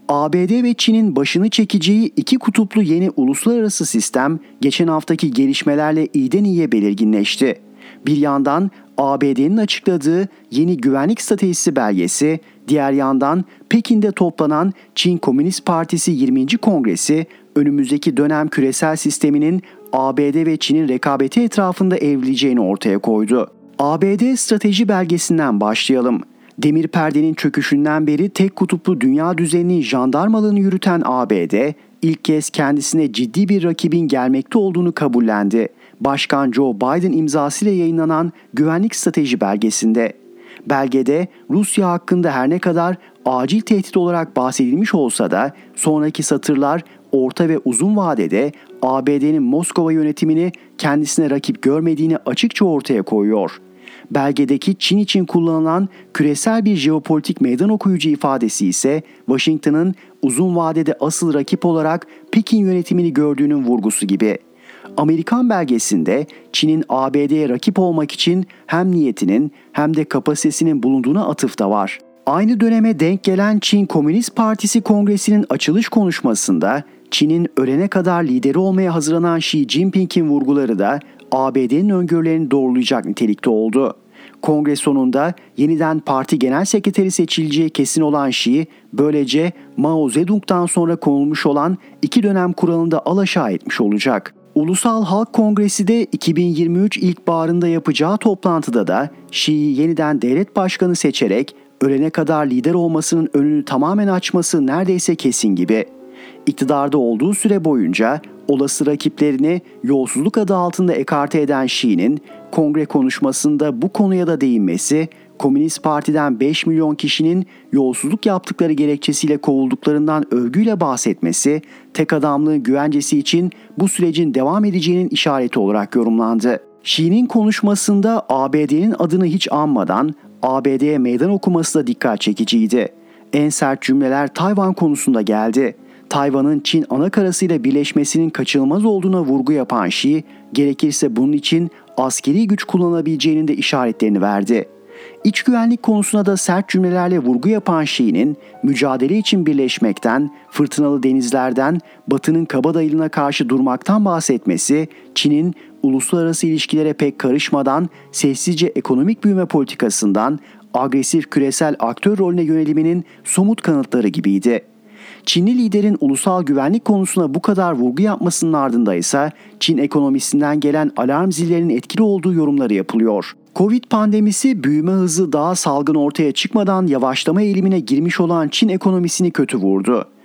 Speaker 2: ABD ve Çin'in başını çekeceği iki kutuplu yeni uluslararası sistem geçen haftaki gelişmelerle iyiden iyiye belirginleşti. Bir yandan ABD'nin açıkladığı yeni güvenlik stratejisi belgesi, diğer yandan Pekin'de toplanan Çin Komünist Partisi 20. Kongresi önümüzdeki dönem küresel sisteminin ABD ve Çin'in rekabeti etrafında evrileceğini ortaya koydu. ABD strateji belgesinden başlayalım. Demir perdenin çöküşünden beri tek kutuplu dünya düzeninin jandarmalığını yürüten ABD, ilk kez kendisine ciddi bir rakibin gelmekte olduğunu kabullendi. Başkan Joe Biden imzasıyla yayınlanan güvenlik strateji belgesinde. Belgede Rusya hakkında her ne kadar acil tehdit olarak bahsedilmiş olsa da sonraki satırlar orta ve uzun vadede ABD'nin Moskova yönetimini kendisine rakip görmediğini açıkça ortaya koyuyor. Belgedeki Çin için kullanılan küresel bir jeopolitik meydan okuyucu ifadesi ise Washington'ın uzun vadede asıl rakip olarak Pekin yönetimini gördüğünün vurgusu gibi. Amerikan belgesinde Çin'in ABD'ye rakip olmak için hem niyetinin hem de kapasitesinin bulunduğuna atıf da var. Aynı döneme denk gelen Çin Komünist Partisi Kongresi'nin açılış konuşmasında Çin'in ölene kadar lideri olmaya hazırlanan Xi Jinping'in vurguları da ABD'nin öngörülerini doğrulayacak nitelikte oldu. Kongre sonunda yeniden parti genel sekreteri seçileceği kesin olan Xi, böylece Mao Zedong'dan sonra konulmuş olan 2 dönem kuralını da alaşağı etmiş olacak. Ulusal Halk Kongresi de 2023 ilkbaharında yapacağı toplantıda da Xi'yi yeniden devlet başkanı seçerek ölene kadar lider olmasının önünü tamamen açması neredeyse kesin gibi. İktidarda olduğu süre boyunca olası rakiplerini yolsuzluk adı altında ekarte eden Xi'nin kongre konuşmasında bu konuya da değinmesi, Komünist Parti'den 5 milyon kişinin yolsuzluk yaptıkları gerekçesiyle kovulduklarından övgüyle bahsetmesi, tek adamlığın güvencesi için bu sürecin devam edeceğinin işareti olarak yorumlandı. Xi'nin konuşmasında ABD'nin adını hiç anmadan ABD'ye meydan okuması da dikkat çekiciydi. En sert cümleler Tayvan konusunda geldi. Tayvan'ın Çin anakarasıyla birleşmesinin kaçınılmaz olduğuna vurgu yapan Xi, gerekirse bunun için askeri güç kullanabileceğinin de işaretlerini verdi. İç güvenlik konusuna da sert cümlelerle vurgu yapan Xi'nin mücadele için birleşmekten, fırtınalı denizlerden, Batı'nın kabadayılığına karşı durmaktan bahsetmesi, Çin'in uluslararası ilişkilere pek karışmadan sessizce ekonomik büyüme politikasından agresif küresel aktör rolüne yöneliminin somut kanıtları gibiydi. Çinli liderin ulusal güvenlik konusuna bu kadar vurgu yapmasının ardında ise Çin ekonomisinden gelen alarm zillerinin etkili olduğu yorumları yapılıyor. Covid pandemisi büyüme hızı daha salgın ortaya çıkmadan yavaşlama eğilimine girmiş olan Çin ekonomisini kötü vurdu.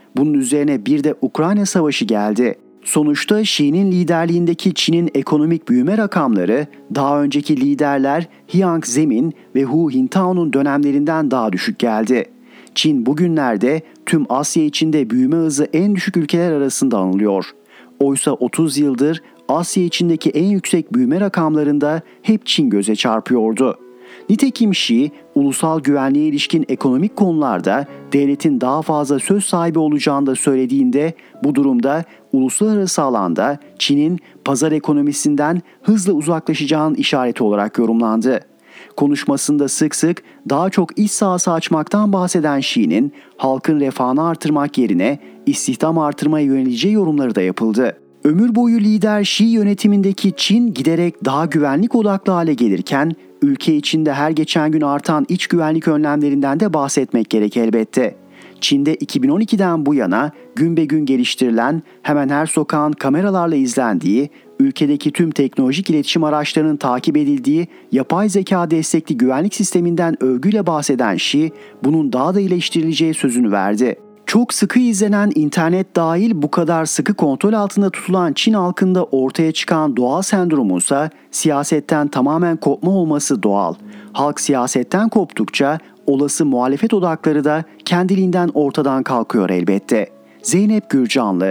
Speaker 2: Bunun üzerine bir de Ukrayna Savaşı geldi. Sonuçta Xi'nin liderliğindeki Çin'in ekonomik büyüme rakamları daha önceki liderler Jiang Zemin ve Hu Jintao'nun dönemlerinden daha düşük geldi. Çin bugünlerde tüm Asya içinde büyüme hızı en düşük ülkeler arasında anılıyor. Oysa 30 yıldır Asya içindeki en yüksek büyüme rakamlarında hep Çin göze çarpıyordu. Nitekim Xi, ulusal güvenliğe ilişkin ekonomik konularda devletin daha fazla söz sahibi olacağını da söylediğinde bu durumda uluslararası alanda Çin'in pazar ekonomisinden hızla uzaklaşacağının işareti olarak yorumlandı. Konuşmasında sık sık daha çok iş sahası açmaktan bahseden Xi'nin halkın refahını artırmak yerine istihdam artırmaya yöneleceği yorumları da yapıldı. Ömür boyu lider Xi yönetimindeki Çin giderek daha güvenlik odaklı hale gelirken ülke içinde her geçen gün artan iç güvenlik önlemlerinden de bahsetmek gerek elbette. Çin'de 2012'den bu yana gün be gün geliştirilen, hemen her sokağın kameralarla izlendiği, ülkedeki tüm teknolojik iletişim araçlarının takip edildiği yapay zeka destekli güvenlik sisteminden övgüyle bahseden Xi, bunun daha da iyileştirileceği sözünü verdi. Çok sıkı izlenen internet dahil bu kadar sıkı kontrol altında tutulan Çin halkında ortaya çıkan doğal sendromunsa siyasetten tamamen kopma olması doğal. Halk siyasetten koptukça olası muhalefet odakları da kendiliğinden ortadan kalkıyor elbette. Zeynep Gürcanlı.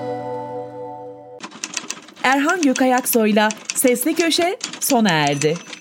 Speaker 1: Erhan Gökayaksoy'la Sesli Köşe sona erdi.